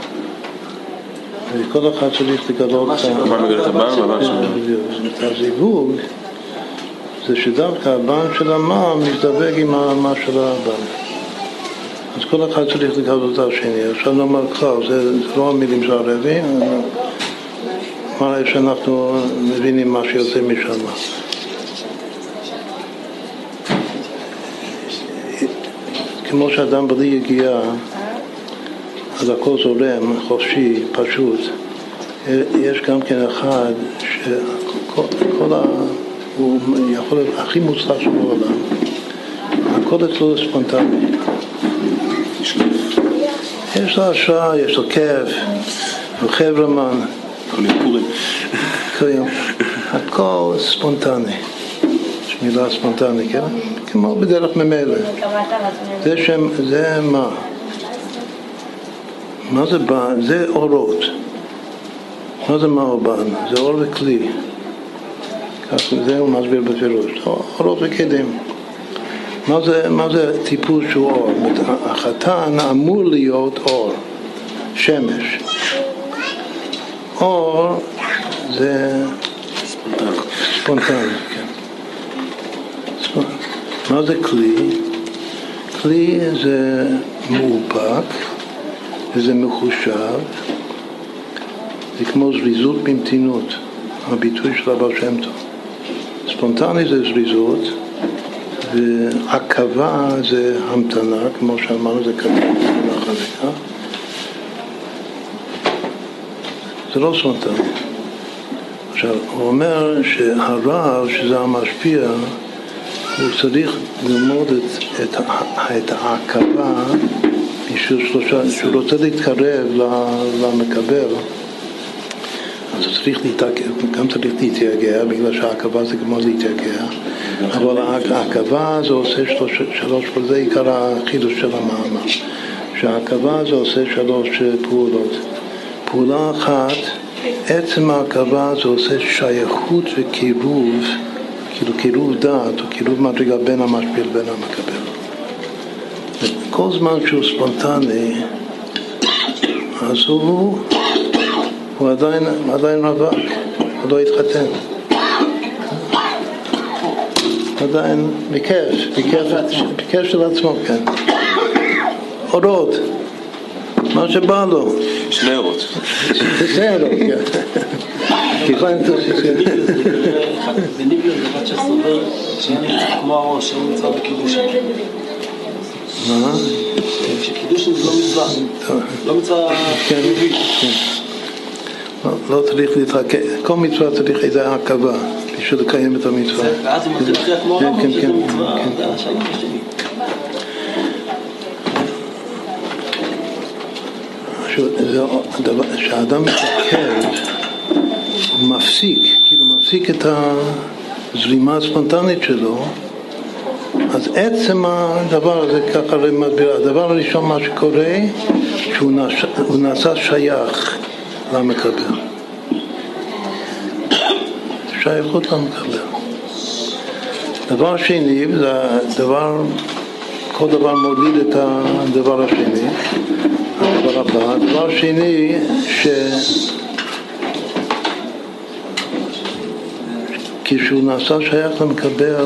וכל אחד צריך לגלות את הזיווג, זה שדווקא הבן של המה מזדווג עם המה של הבן. אז כל אחד צריך לגלות את השני. עכשיו נאמר כלל, זה לא המילים של הרבי, מראה שאנחנו מבינים מה שיוצא משם. כמו שאדם בלי יגיעה, אז הכל זורם, חופשי, פשוט. יש גם כן אחד הוא יכול להיות הכי מוצלח שבעולם. הכל אצלו ספונטני. יש לו השראה, יש לו כיף, הוא חברמן. הכל ספונטני. יש מילה ספונטני, כן? כמו בדרך ממילא. זה מה? מה זה בן? זה אורות. מה זה מאור בן? זה אור וכלי. כך זה הוא מסביר בפירוש. אורות וכלים. מה זה טיפוס שהוא אור? החתן אמור להיות אור, שמש. אור זה ספונטני, כן. מה זה כלי? כלי זה מאופק וזה מחושב, זה כמו זריזות במתינות, הביטוי של הבעל שם טוב. ספונטני זה זריזות, ועקבה זה המתנה, כמו שאמרנו, זה כתוב אחרי כך. זה לא ספונטני. עכשיו, הוא אומר שהרב, שזה המשפיע, הוא צריך ללמוד את העקבה שהוא רוצה להתקרב למקבל. אז הוא צריך גם צריך להתייגע, בגלל שהעקבה זה כמו להתייגע, אבל העקבה זה עושה שלוש, וזה עיקר החידוש של המאמר, שהעקבה זה עושה 3 פעולות. פעולה אחת, עצם העקבה זה עושה שייכות וקירוב, כאילו קירוב דעת או קירוב מדרגה בין המשפיע לבין המקבל. כל זמן שהוא ספונטני, אז הוא עדיין רווק, הוא לא התחתן. עדיין בכיף של עצמו, כן. אורות, מה שבא לו. 2 אורות. 2 אורות, כן. זה ניגלר, זה בת שסובר, שאין נמצא כמו הראש, שאין נמצא בקידושים. מה? שקידושים זה לא מצווה. לא מצווה חיובית. לא צריך להתרכז, כל מצווה צריך איזו עקבה בשביל לקיים את המצווה. ואז הוא מתחיל להכריע כמו הרב, שזה מצווה, זה השאלה השני. כשאדם מתרכז, הוא מפסיק את הזרימה הספונטנית שלו, אז עצם הדבר הזה, ככה מסביר, הדבר הראשון מה שקורה, שהוא נעשה שייך למקבל. שייכות למקבל. דבר שני, זה כל דבר מוליד את הדבר השני, הדבר הבא. דבר שני, כשהוא נעשה שייך למקבל,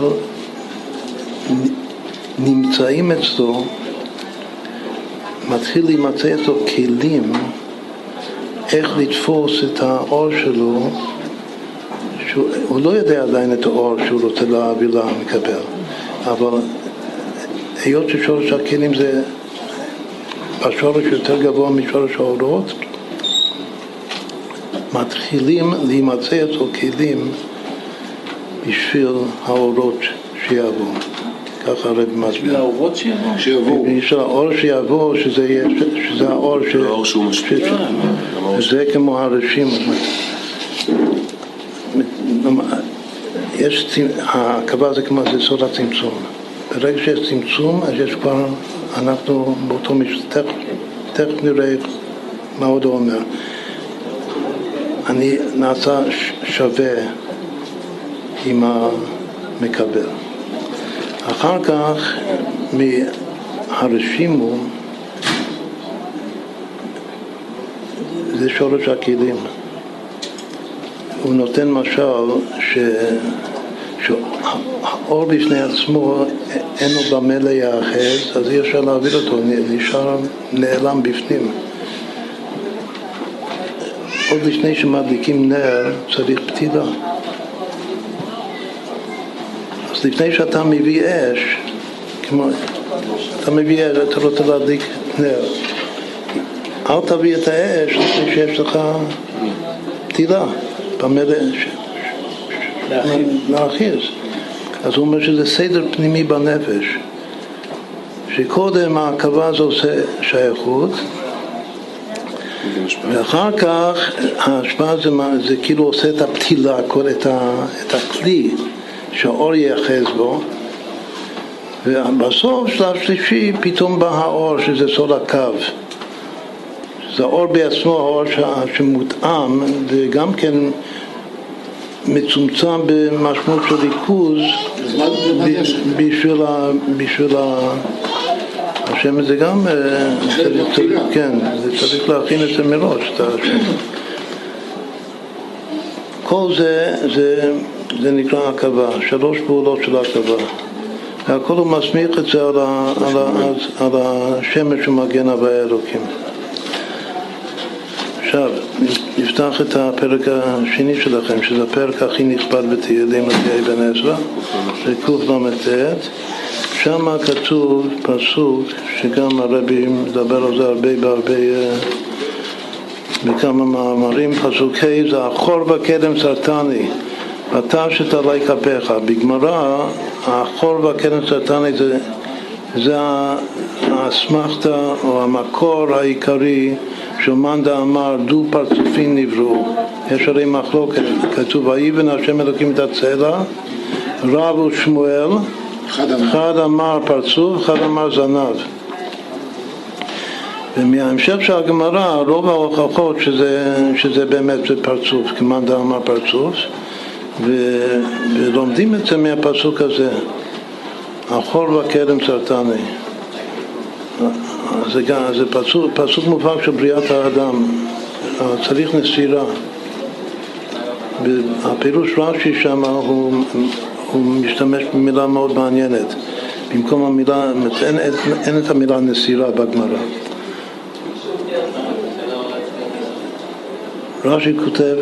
נמצאים אצלו, מתחיל להימצא אצלו כלים איך לתפוס את האור שלו, שהוא לא יודע עדיין את האור שהוא רוצה להעביר למקבל, אבל היות ששורש הכלים זה בשורש יותר גבוה משורש האורות, מתחילים להימצא אצלו כלים בשביל האורות שיבואו. ככה הרב מסביר. בשביל האורות שיבואו? בשביל האור שיבוא, שזה האור שהוא משפיע. זה כמו הראשים. העקבה זה כמו זה סוד הצמצום. ברגע שיש צמצום, אז יש כבר, אנחנו באותו משתתף, תכף נראה מה עוד הוא אומר. אני נעשה שווה עם המקבל. אחר כך מהרשימו זה שורש הכלים. הוא נותן משל שהאור בפני עצמו אין לו במה להיאחז, אז אי אפשר להעביר אותו, נשאר נעלם בפנים. עוד לפני שמדליקים נר צריך פתילה. אז לפני שאתה מביא אש, כמו אתה מביא אש, אתה רוצה להדליק נר, אל תביא את האש לפני שיש לך פתילה, במלא להאחיז. אז הוא אומר שזה סדר פנימי בנפש, שקודם העקבה הזו עושה שייכות, ואחר כך ההשפעה זה כאילו עושה את הפתילה, את הכלי שהאור ייחז בו, ובסוף שלב שלישי פתאום בא האור שזה סוד הקו, זה האור בעצמו, האור שמותאם, וגם כן מצומצם במשמעות של ריכוז בשביל השם הזה גם כן, זה צריך להכין את זה מראש את השם. כל זה נקרא עקבה, 3 פעולות של עקבה. והכל הוא מסמיך את זה על השמש שמגן הוויה אלוקים. עכשיו, נפתח את הפרק השני שלכם, שזה הפרק הכי נכבד בתהילים לפי אבן עזרא, זה קל"ט. שם כתוב פסוק שגם הרבי מדבר על זה הרבה בכמה מאמרים. פסוק ה' זה החור והקדם סרטני ותשת עלי כפיך. בגמרא החור והקדם סרטני זה האסמכתא או המקור העיקרי שמאן דאמר דו פרצופים נבראו. יש הרי מחלוקת, כתוב ויבן השם אלוקים את הצלע, רב ושמואל, אחד אמר פרצוף, אחד אמר זנב. ומההמשך של הגמרא רוב ההוכחות שזה באמת פרצוף, כמאן דאמר פרצוף, ולומדים את זה מהפסוק הזה, החור והקדם סרטני. זה פסוק מובהק של בריאת האדם, צריך נסירה. הפירוש רש"י שם הוא משתמש במילה מאוד מעניינת. במקום המילה, אין את המילה נסירה בגמרא. רש"י כותב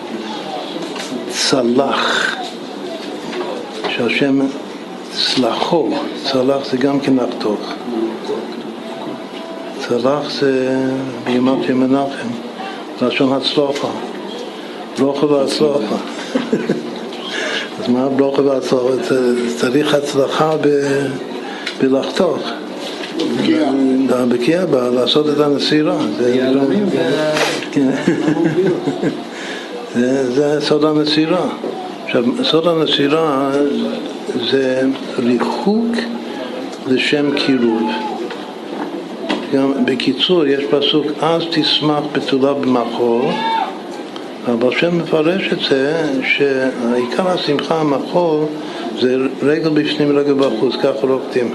צלח, שהשם צלחו, צלח זה גם כן לחתוך. צלח זה בימת מנחם, לשון הצלחה, ברכה והצלחה. אז מה ברכה והצלחה? צריך הצלחה בלחתוך. בקיאה, לעשות את הנסירה. זה סוד הנסירה. עכשיו, סוד הנסירה זה ריחוק לשם קירוב. גם בקיצור יש פסוק אז תשמח בתולה במחול, אבל השם מפרש את זה שהעיקר השמחה המחול זה רגל בפנים רגל בחוץ, ככה רוקדים.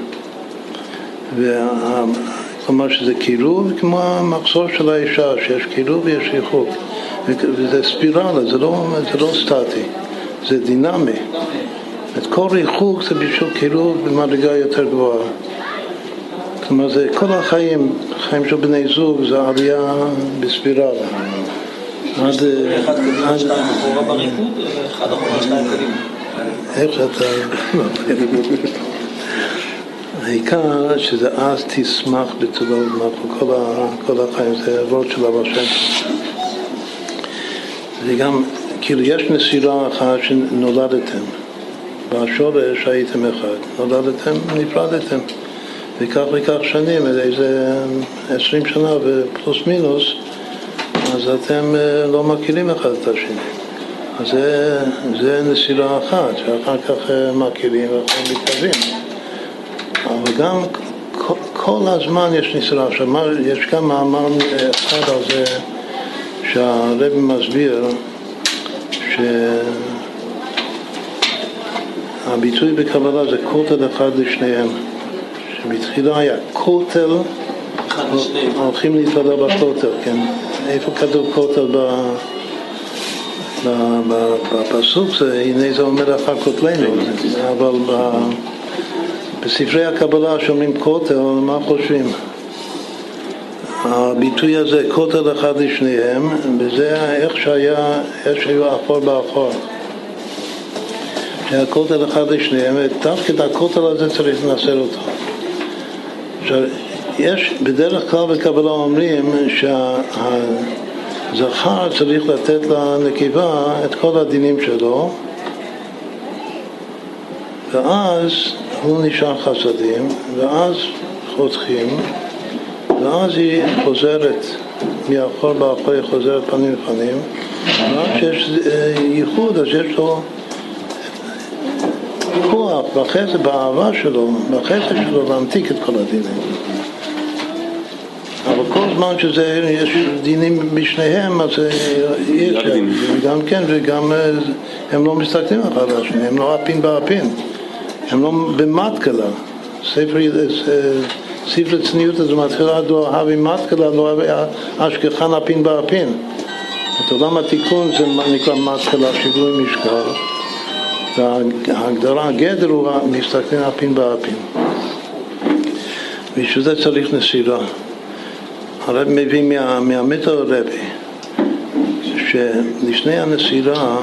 כלומר שזה קירוב כמו המחזור של האישה, שיש קירוב ויש ריחוק, וזה ספירלה, זה לא סטטי, זה דינמי. את כל ריחוק זה בשביל קירוב במדרגה יותר גבוהה. כלומר זה כל החיים, חיים של בני זוג, זה עלייה בספירלה. אחד קדימה, 2 אחורה בריקוד, אחד אחורה 2 קדימה. איך אתה... העיקר שזה אז תשמח בתולה ובמחול, כל החיים, זה וורד של אבא שם. זה גם, כאילו יש נסירה אחת שנולדתם, בשורש הייתם אחד, נולדתם, נפרדתם. וכך וכך שנים, איזה 20 שנה ופלוס מינוס, אז אתם לא מכירים אחד את השני. אז זה נסירה אחת, שאחר כך מכירים ואחר מתקרבים. אבל גם כל הזמן יש נסירה. עכשיו, יש גם מאמר אחד על זה שהרבי מסביר שהביטוי בקבלה זה כותל אחד לשניהם. שבתחילה היה כותל, הולכים להתפלל בכותל, כן? איפה כתוב כותל בפסוק? הנה זה אומר אחר כותלנו, אבל בספרי הקבלה שאומרים כותל, מה חושבים? הביטוי הזה, כותל אחד לשניהם, וזה איך שהיו אחור באחור. שהכותל אחד לשניהם, ודווקא את הכותל הזה צריך לנסר אותו. עכשיו, יש בדרך כלל בקבלה אומרים שהזכר צריך לתת לנקבה את כל הדינים שלו, ואז הוא נשאר חסדים, ואז חותכים, ואז היא חוזרת מאחור באחור, היא חוזרת פנים לפנים, ואז שיש ייחוד, אז יש לו כוח באהבה שלו, בחסד שלו, להמתיק את כל הדינים. אבל אבל כל זמן שזה, יש דינים בשניהם, אז יש גם כן, וגם הם לא מסתכלים אחד על השני, הם לא אפין באפין, הם לא במתקלה. ספר צניעות הזה מתחילה, לא אהבי מתקלה, לא אהבי אשכחן אפין באפין. את עולם התיקון זה נקרא מתקלה, שיווי משקל, וההגדרה, הגדר הוא מסתכלים אפין באפין. בשביל זה צריך נסירה. הרב מביא מהמיתר הרבי, שלפני הנסירה,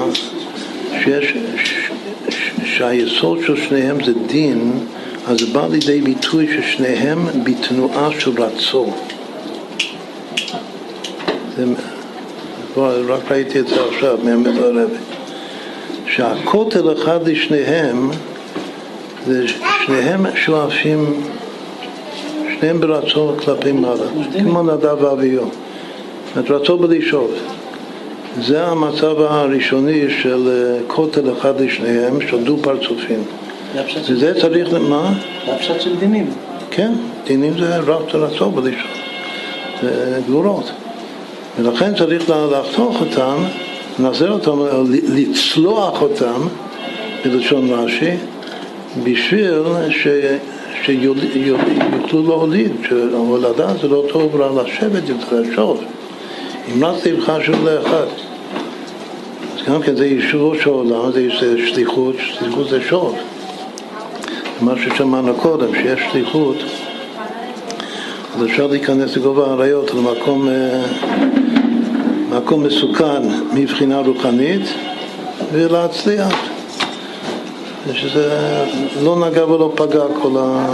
שהיסוד של שניהם זה דין, אז זה בא לידי ביטוי ששניהם בתנועה של רצון. רק ראיתי את זה עכשיו מהמיתר הרבי. שהכותל אחד לשניהם, זה שניהם שואפים, שניהם ברצון כלפי מעלה, כמו נדב ואביהו. רצון בלשאוף. זה המצב הראשוני של כותל אחד לשניהם, של דו פרצופים. וזה צריך, מה? זה הפשט של דינים. כן, דינים זה רצון בלשאוף. זה גבורות. ולכן צריך לחתוך אותם, לנסר אותם, לצלוח אותם, בלשון רש"י, בשביל שיוכלו להוליד, שההולדה זה לא טוב רע לשבת יותר, לשאוף. אם רק תבחר של לאחד. אז גם כן זה יישובו של העולם, זה שליחות, שליחות זה שואף. מה ששמענו קודם, שיש שליחות, אז אפשר להיכנס לגובה העריות למקום מסוכן מבחינה רוחנית ולהצליח. שזה לא נגע ולא פגע כל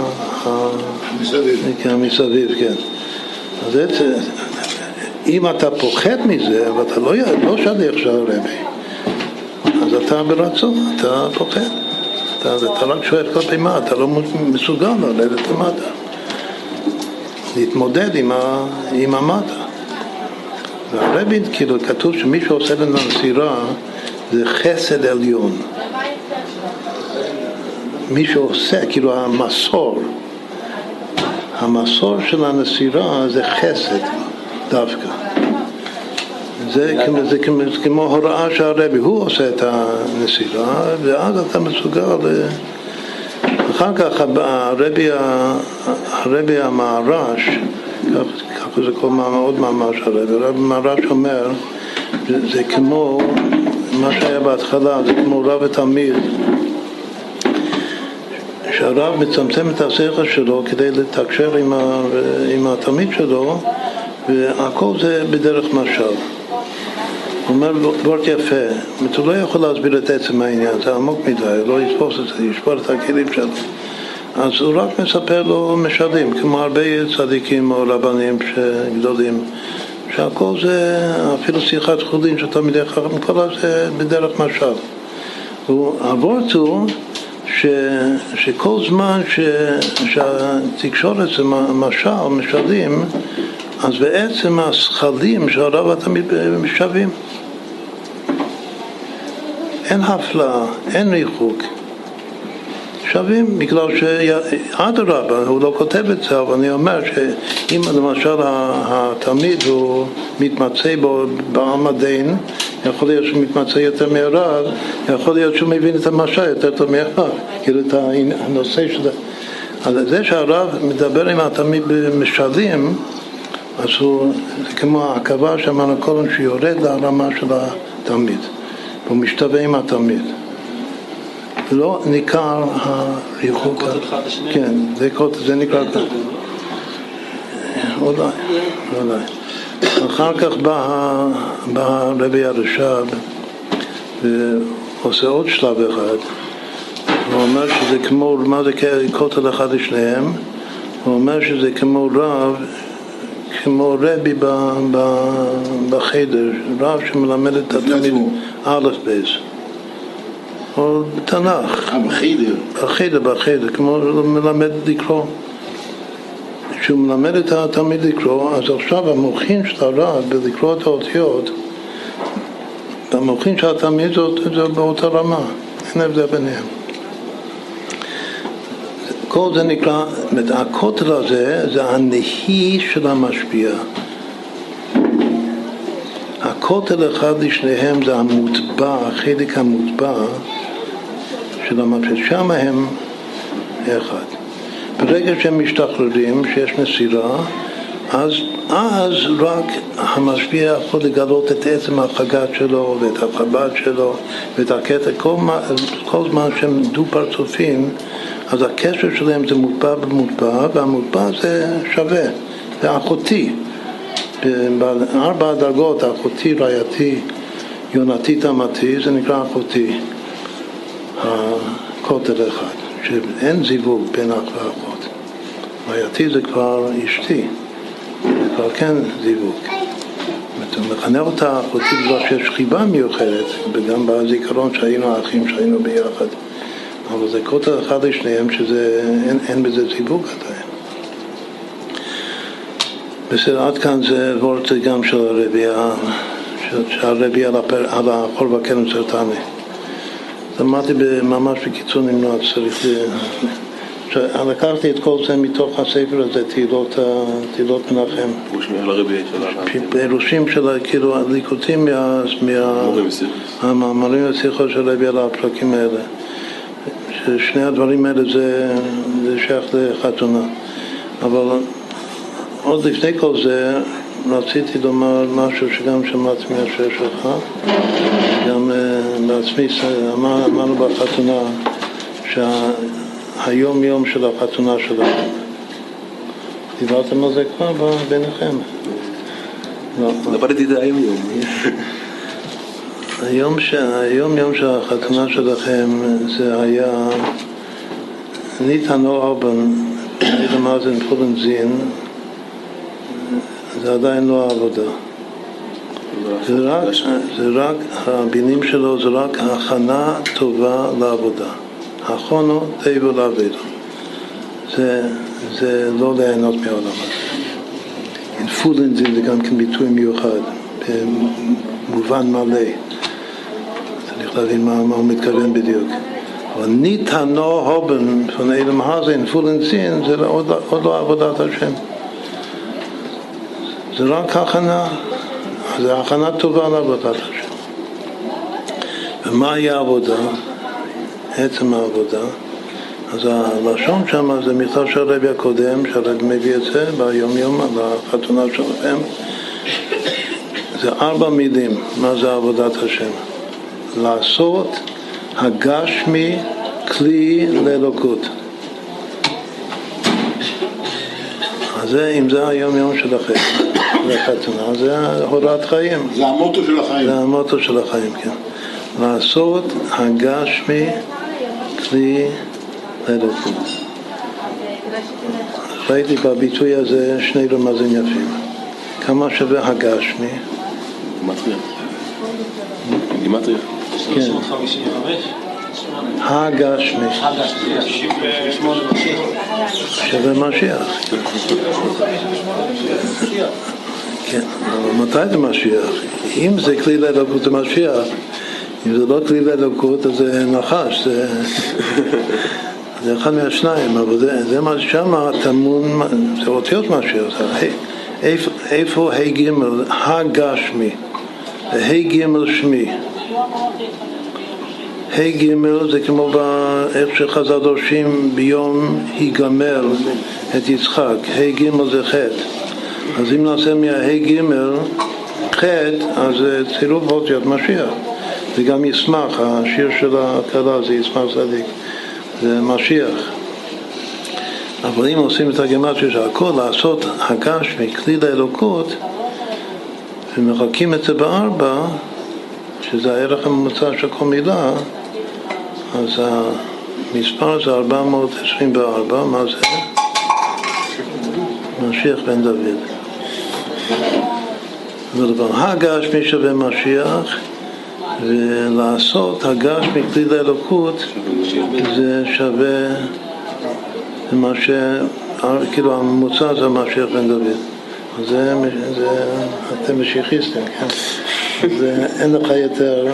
מסביב, כן. אז אם אתה פוחד מזה, ואתה לא שליח של הרבי, אז אתה ברצון, אתה פוחד. אתה רק שואף כלפי מה, אתה לא מסוגל לרדת למטה. להתמודד עם המטה. והרבי, כאילו, כתוב שמי שעושה לנו נסירה, זה חסד עליון. מי שעושה, כאילו המסור של הנסירה זה חסד דווקא. זה כמו הוראה שהרבי, הוא עושה את הנסירה, ואז אתה מסוגל. אחר כך הרבי המערש, ככה זה כל עוד מאמר של הרבי, הרבי המערש אומר, זה כמו מה שהיה בהתחלה, זה כמו רב ותלמיד, שהרב מצמצם את השכל שלו כדי לתקשר עם התלמיד שלו, והכל זה בדרך משל. הוא אומר דבר יפה, הוא לא יכול להסביר את עצם העניין, זה עמוק מדי, לא יתפוס את זה, ישבור את הכלים שלו. אז הוא רק מספר לו משלים, כמו הרבה צדיקים או רבנים גדולים, שהכל זה, אפילו שיחת חולין של תלמידי חכמים, כל זה בדרך משל. והוורט הוא שכל זמן שהתקשורת זה משלים, אז בעצם השכלים שהרב התמיד משווים. אין הפלאה, אין ריחוק. שווים, בגלל שעד הרבה, הוא לא כותב את זה, אבל אני אומר שאם למשל התלמיד הוא מתמצא בעם הדין, יכול להיות שהוא מתמצא יותר מהרב, יכול להיות שהוא מבין את המשל יותר טוב מהרב, כאילו את הנושא של זה. אז זה שהרב מדבר עם התלמיד במשלים, אז זה כמו העקבה שאמרנו קודם שיורד לרמה של התלמיד, והוא משתווה עם התלמיד. לא ניכר הריחוק. כן, זה נקרא ככה. אולי. אחר כך בא רבי הרש"ב ועושה עוד שלב אחד. הוא אומר שזה כמו, מה זה כותל אחד לשניהם? הוא אומר שזה כמו כמו רבי בחדר, רב שמלמד את התלמיד א' בייס. או בתנ"ך. בחדר, כמו מלמד לקרוא. כשהוא מלמד את התלמיד לקרוא, אז עכשיו המוחין של הרב בלקרוא את האותיות, המוחין של התלמיד זה באותה רמה, אין הבדל ביניהם. הכל זה נקרא, הכותל הזה זה הנהי של המשפיע. הכותל אחד לשניהם זה המוטבע, החלק המוטבע של המשפיע. שם הם אחד. ברגע שהם משתחררים, שיש מסירה, אז רק המשפיע יכול לגלות את עצם החגת שלו ואת החב"ד שלו ואת הקטע, כל זמן שהם דו פרצופים, אז הקשר שלהם זה מוטבע במוטבע, והמוטבע זה שווה, זה אחותי. בארבע הדרגות, אחותי, רעייתי, יונתי, תמתי, זה נקרא אחותי, הכותל אחד, שאין זיווג בין אח ואחות. רעייתי זה כבר אשתי. כבר כן זיווג. הוא מכנה אותה אחותי בגלל שיש חיבה מיוחדת, וגם בזיכרון שהיינו האחים שהיינו ביחד. אבל זה כותל אחד לשניהם שאין בזה זיווג עדיין. בסדר, עד כאן זה וורט גם של הרבי על החול והכרם סרטני. למדתי ממש בקיצור נמנוע, צריך לקחתי את כל זה מתוך הספר הזה, תהילות מנחם. פירושים של כאילו ליקוטים מהמאמרים ושיחות של רבי על הפרקים האלה. ששני הדברים האלה זה שייך לחתונה. אבל עוד לפני כל זה רציתי לומר משהו שגם שמעתי מהשיר שלך. גם בעצמי אמרנו בחתונה היום יום של החתונה שלכם. דיברתם על זה כבר ביניכם? לא. למדתי את זה היום יום. היום יום של החתונה שלכם זה היה ניתן אורבן, איזה מאזן פולנזין, זה עדיין לא העבודה. זה רק, הבינים שלו זה רק הכנה טובה לעבודה. הכונו טבע לעבודה. זה לא ליהנות מהעולם הזה. אינפולנזין זה גם כן ביטוי מיוחד, במובן מלא. צריך להבין מה הוא מתכוון בדיוק. אבל ניתנו הובן, von אלם הזה, אינפולנזין, זה עוד לא עבודת השם. זה רק הכנה, זה הכנה טובה לעבודת השם. ומהי העבודה? עצם העבודה. אז הלשון שם זה מכתב של הרבי הקודם, שהרבי מביא את זה ביום יום על החתונה שלכם. זה 4 מילים, מה זה עבודת השם. לעשות הגשמי כלי לאלוקות. אז אם זה היום יום שלכם, לחתונה, זה הוראת חיים. זה המוטו של החיים. זה המוטו של החיים, כן. לעשות הגשמי כלי לאלוקות. ראיתי בביטוי הזה שני רמזים יפים. כמה שווה הגשמי? גימטריה. גימטריה. 355. הגשמי. שווה משיח. כן, אבל מתי זה משיח? אם זה כלי לאלוקות זה משיח. אם זה לא כלי לאלוקות, אז זה נחש, זה אחד מהשניים, אבל זה מה ששם טמון, זה אותיות משהו, איפה ה' ג' הגשמי, ה' ג' שמי. ה' ג' זה כמו איך שחז"ל דורשים ביום היגמר את יצחק, ה' ג' זה חטא. אז אם נעשה מהה' ג' חטא, אז צירוף אותיות משיח. זה גם ישמח, השיר של הכלה זה ישמח צדיק, זה משיח. אבל אם עושים את הגימטריה של הכל, לעשות הגשמי כלי לאלוקות, ומחלקים את זה ב4, שזה הערך הממוצע של כל מילה, אז המספר זה 424, מה זה? משיח בן דוד. ולדבר, הגשמי שווה משיח, ולעשות הגשמי כלי לאלוקות זה שווה מה כאילו הממוצע זה משיח בן דוד. אז זה אתם משיחיסטים, כן? אז אין לך יותר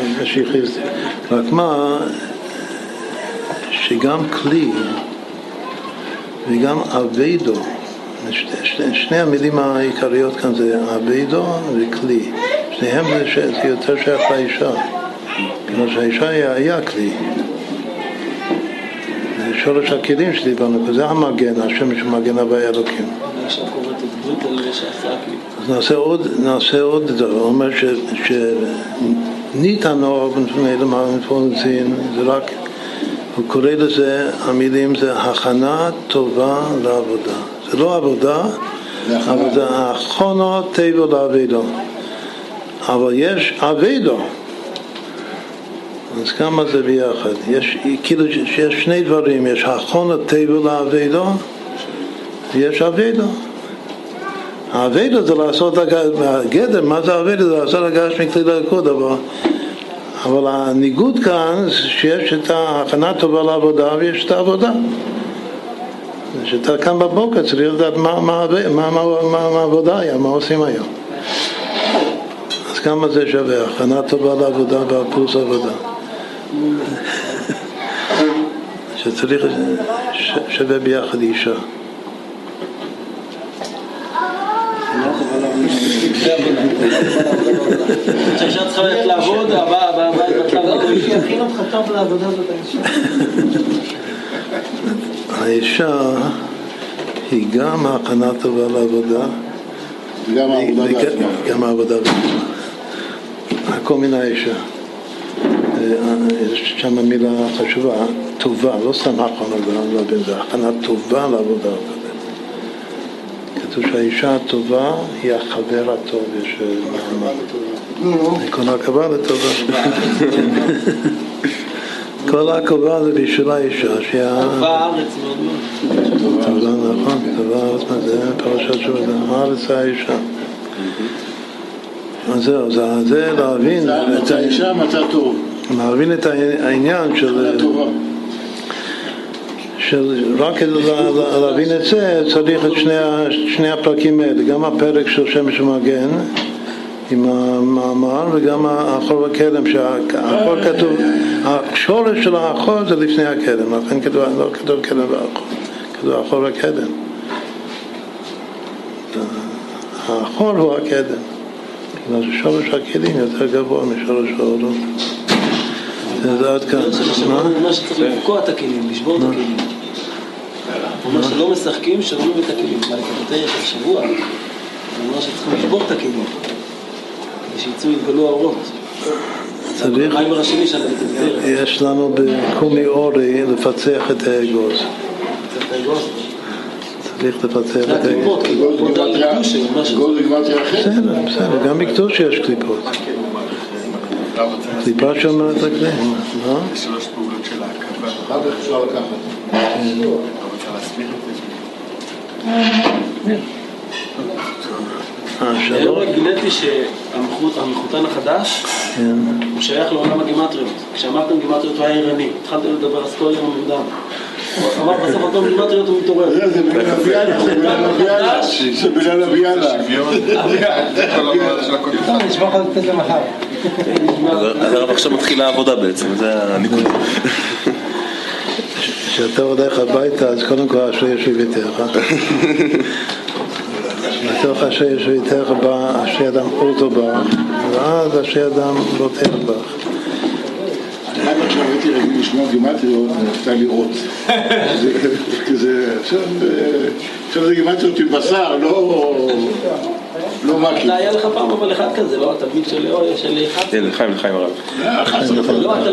וגם אביידו. שני המילים העיקריות כאן זה אביידו וכלי. שניהם זה יותר שייך לאישה. כמו שהאישה היה כלי. שורש הכלים שדיברנו, זה המגן, השם שמגן הוויה אלוקים. האישה קוראת את ברית על שעשה הכלי. אז נעשה עוד דבר, הוא אומר שניתן אור בנפני למפורנצין, זה רק, הוא קורא לזה, המילים זה הכנה טובה לעבודה. זה לא עבודה, אבל זה הכנה טובה לעבודה. אבל יש עבודה. אז כמה זה ביחד? יש כאילו שיש שני דברים, יש הכנה טובה לעבודה, ויש עבודה. העבודה זה לעשות הגדר, מה זה העבודה? זה לעשות הגש מכלי לליכוד, אבל הניגוד כאן שיש את ההכנה טובה לעבודה ויש את העבודה. שאתה קם בבוקר צריך לדעת מה העבודה היה, מה עושים היום. אז כמה זה שווה? הכנה טובה לעבודה והפלוס עבודה. שצריך שווה ביחד אישה. שהאישה צריכה ללכת לעבוד, הבית בטלה מי שיכין אותך טוב לעבודה זאת האישה. האישה היא גם הכנה טובה לעבודה וגם העבודה בעצמה. הכל מן האישה. יש שם מילה חשובה, טובה, לא סתם הכנה טובה לעבודה. כתוב שהאישה הטובה היא החבר הטוב, יש כל הכבוד לטובה. כל הכבוד זה בשביל האישה טובה הארץ מאוד מאוד. טובה, נכון, טובה הארץ, זה פרשת שבוע, הארץ האישה. אז זהו, זה להבין את האישה מצא טוב. להבין את העניין של רק להבין את זה צריך את שני הפרקים האלה, גם הפרק של שמש ומגן עם המאמר וגם האחור והקדם, שהאחור כתוב, השורש של האחור זה לפני הקדם, לכן לא כתוב קדם והאחור, כתוב האחור והקדם. האחור הוא הקדם, בגלל ששורש הכלים יותר גבוה משורש האורות. זה עד כאן. מה שצריך לבקוע את הכלים, לשבור את הכלים. הוא אומר שלא משחקים, שרואים את הכלים. מה לקבטר של שבוע, הוא אומר שצריכים לשבור את הכלים. ושיצאו יתגלו האורות. צריך, יש לנו בקומי אורי לפצח את האגוז. צריך לפצח את האגוז. גול לגמרי אחר. בסדר, גם בקדוש יש קליפות. קליפה שאומרת את הכלים, לא? יש 3 פעולות של ההקבה. אחר כך אפשר לקחת. אתה רוצה להסביר את זה? היום גיליתי שהמחותן החדש הוא שייך לעולם הגימטריות. כשאמרתם גימטריות הוא היה עירני, התחלתי לדבר אסכוליה מוקדם. הוא אמר בסוף אותו גימטריות הוא מתעורר. זה בגלל אביאלה, זה בגלל אביאלה. נשמע לך לתת למחר. אז עכשיו מתחילה העבודה בעצם, זה הנקודה. כשאתה הולך הביתה, אז קודם כל אשר יש ביתך. בתוך אשר יש ביתך בא אשר אדם אורתו בך, ואז אשר אדם בוטח בך. עד עכשיו הייתי רגיל לשמוע גימטריות, נפתה לראות. עכשיו זה גימטריות עם בשר, לא מקי. היה לך פעם אבל אחד כזה, לא? התלמיד של אחד? לחיים הרב.